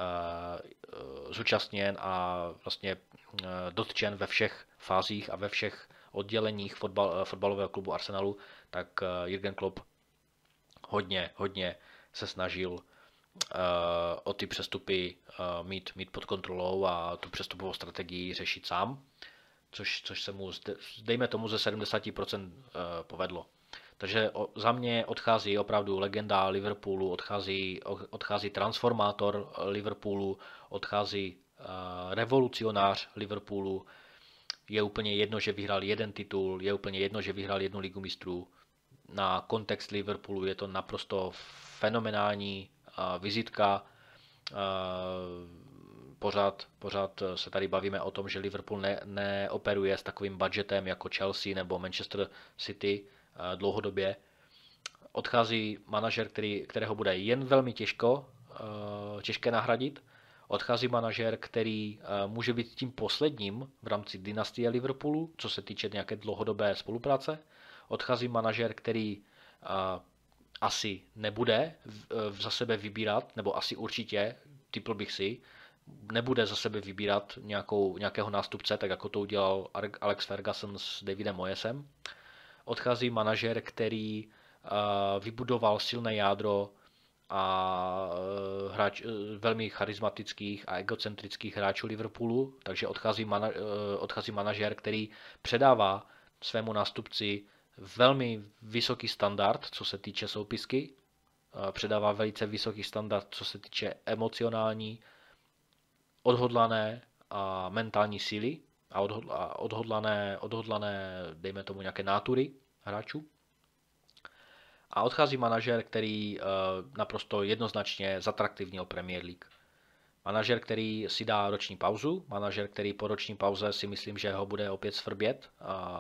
zúčastněn a vlastně dotčen ve všech fázích a ve všech odděleních fotbal, fotbalového klubu Arsenalu, tak Jürgen Klopp hodně, hodně se snažil uh, o ty přestupy uh, mít, mít pod kontrolou a tu přestupovou strategii řešit sám, což, což se mu, dejme tomu, ze sedmdesát procent uh, povedlo. Takže o, za mě odchází opravdu legenda Liverpoolu, odchází, odchází transformátor Liverpoolu, odchází uh, revolucionář Liverpoolu. Je úplně jedno, že vyhrál jeden titul, je úplně jedno, že vyhrál jednu ligu mistrů. Na kontext Liverpoolu je to naprosto fenomenální uh, vizitka. Uh, pořád, pořád se tady bavíme o tom, že Liverpool ne, neoperuje s takovým budgetem jako Chelsea nebo Manchester City uh, dlouhodobě. Odchází manažer, který, kterého bude jen velmi těžko uh, těžké nahradit. Odchází manažer, který může být tím posledním v rámci dynastie Liverpoolu, co se týče nějaké dlouhodobé spolupráce. Odchází manažer, který asi nebude za sebe vybírat, nebo asi určitě, typl bych si, nebude za sebe vybírat nějakou, nějakého nástupce, tak jako to udělal Alex Ferguson s Davidem Moyesem. Odchází manažer, který vybudoval silné jádro a hráč, velmi charismatických a egocentrických hráčů Liverpoolu, takže odchází, mana, odchází manažer, který předává svému nástupci velmi vysoký standard, co se týče soupisky, předává velice vysoký standard, co se týče emocionální, odhodlané a mentální síly a odhodlané, odhodlané, dejme tomu, nějaké nátury hráčů. A odchází manažer, který naprosto jednoznačně zatraktivnil Premier League. Manažer, který si dá roční pauzu, manažer, který po roční pauze si myslím, že ho bude opět svrbět.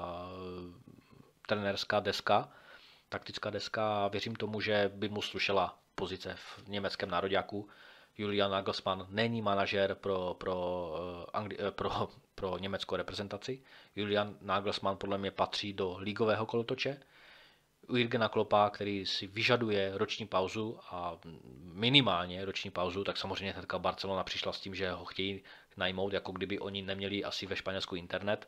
Trenérská deska, taktická deska a věřím tomu, že by mu slušela pozice v německém nároďáku. Julian Nagelsmann není manažer pro, pro, Angli- pro, pro německou reprezentaci. Julian Nagelsmann podle mě patří do ligového kolotoče. U Jurgena Kloppa, který si vyžaduje roční pauzu a minimálně roční pauzu, tak samozřejmě hnedka Barcelona přišla s tím, že ho chtějí najmout, jako kdyby oni neměli asi ve Španělsku internet.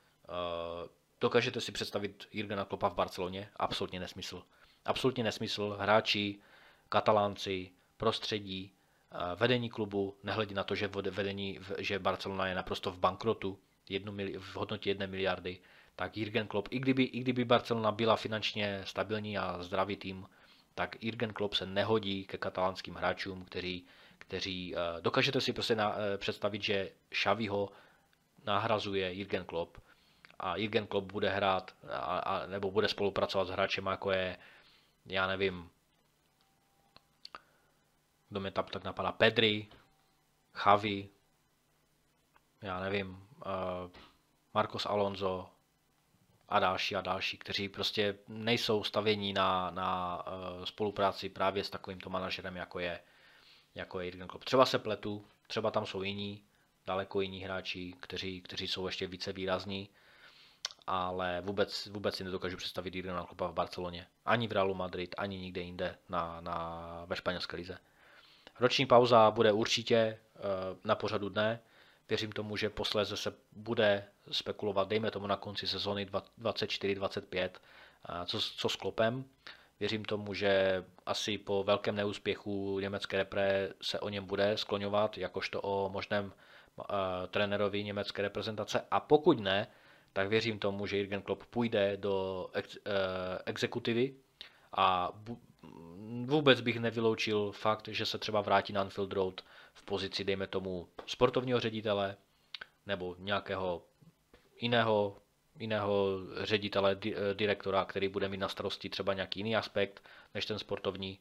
Dokážete si představit Jurgena Kloppa v Barceloně? Absolutně nesmysl. Absolutně nesmysl. Hráči, Katalánci, prostředí, vedení klubu, nehledí na to, že vedení, že Barcelona je naprosto v bankrotu jednu, v hodnotě jedné miliardy, tak Jurgen Klopp, i kdyby, i kdyby Barcelona byla finančně stabilní a zdravý tým, tak Jurgen Klopp se nehodí ke katalánským hráčům, kteří, kteří dokážete si prostě na, představit, že Xaviho nahrazuje Jurgen Klopp a Jurgen Klopp bude hrát a, a, nebo bude spolupracovat s hráčem, jako je, já nevím, kdo mě tam tak napadá, Pedri, Xavi, já nevím, uh, Marcos Alonso a další a další, kteří prostě nejsou stavění na, na uh, spolupráci právě s takovýmto manažerem, jako je, jako je Jurgen Klopp. Třeba se pletu, třeba tam jsou jiní, daleko jiní hráči, kteří, kteří jsou ještě více výrazní, ale vůbec, vůbec si nedokážu představit Jurgena Kloppa v Barceloně. Ani v Realu Madrid, ani nikde jinde na, na, ve španělské lize. Roční pauza bude určitě na pořadu dne. Věřím tomu, že posléze se bude spekulovat, dejme tomu na konci sezóny dvacet čtyři dvacet pět, co, co s Kloppem. Věřím tomu, že asi po velkém neúspěchu německé repre se o něm bude skloňovat, jakožto o možném uh, trenérovi německé reprezentace. A pokud ne, tak věřím tomu, že Jurgen Klopp půjde do ex, uh, exekutivy a bu- vůbec bych nevyloučil fakt, že se třeba vrátí na Anfield Road v pozici, dejme tomu, sportovního ředitele nebo nějakého jiného, jiného ředitele, direktora, který bude mít na starosti třeba nějaký jiný aspekt než ten sportovní.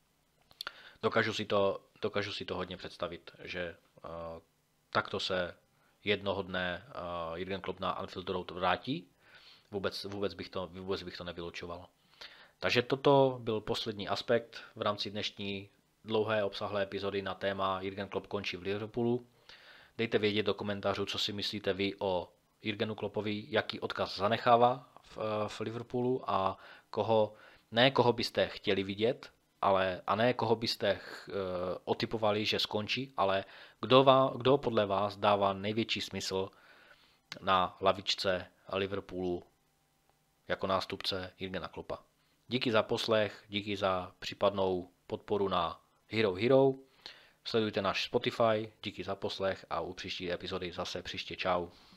Dokážu si to, dokážu si to hodně představit, že uh, takto se jednoho dne uh, Jurgen Klopp na Anfield Road vrátí. Vůbec, vůbec, bych to, vůbec bych to nevylučoval. Takže toto byl poslední aspekt v rámci dnešní dlouhé obsahlé epizody na téma Jurgen Klopp končí v Liverpoolu. Dejte vědět do komentářů, co si myslíte vy o Jurgenu Kloppovi, jaký odkaz zanechává v, v Liverpoolu a koho, ne koho byste chtěli vidět, ale, a ne koho byste uh, otypovali, že skončí, ale kdo, vá, kdo podle vás dává největší smysl na lavičce Liverpoolu jako nástupce Jurgena Kloppa. Díky za poslech, díky za případnou podporu na Hero Hero. Sledujte náš Spotify, díky za poslech a u příští epizody zase příště. Čau.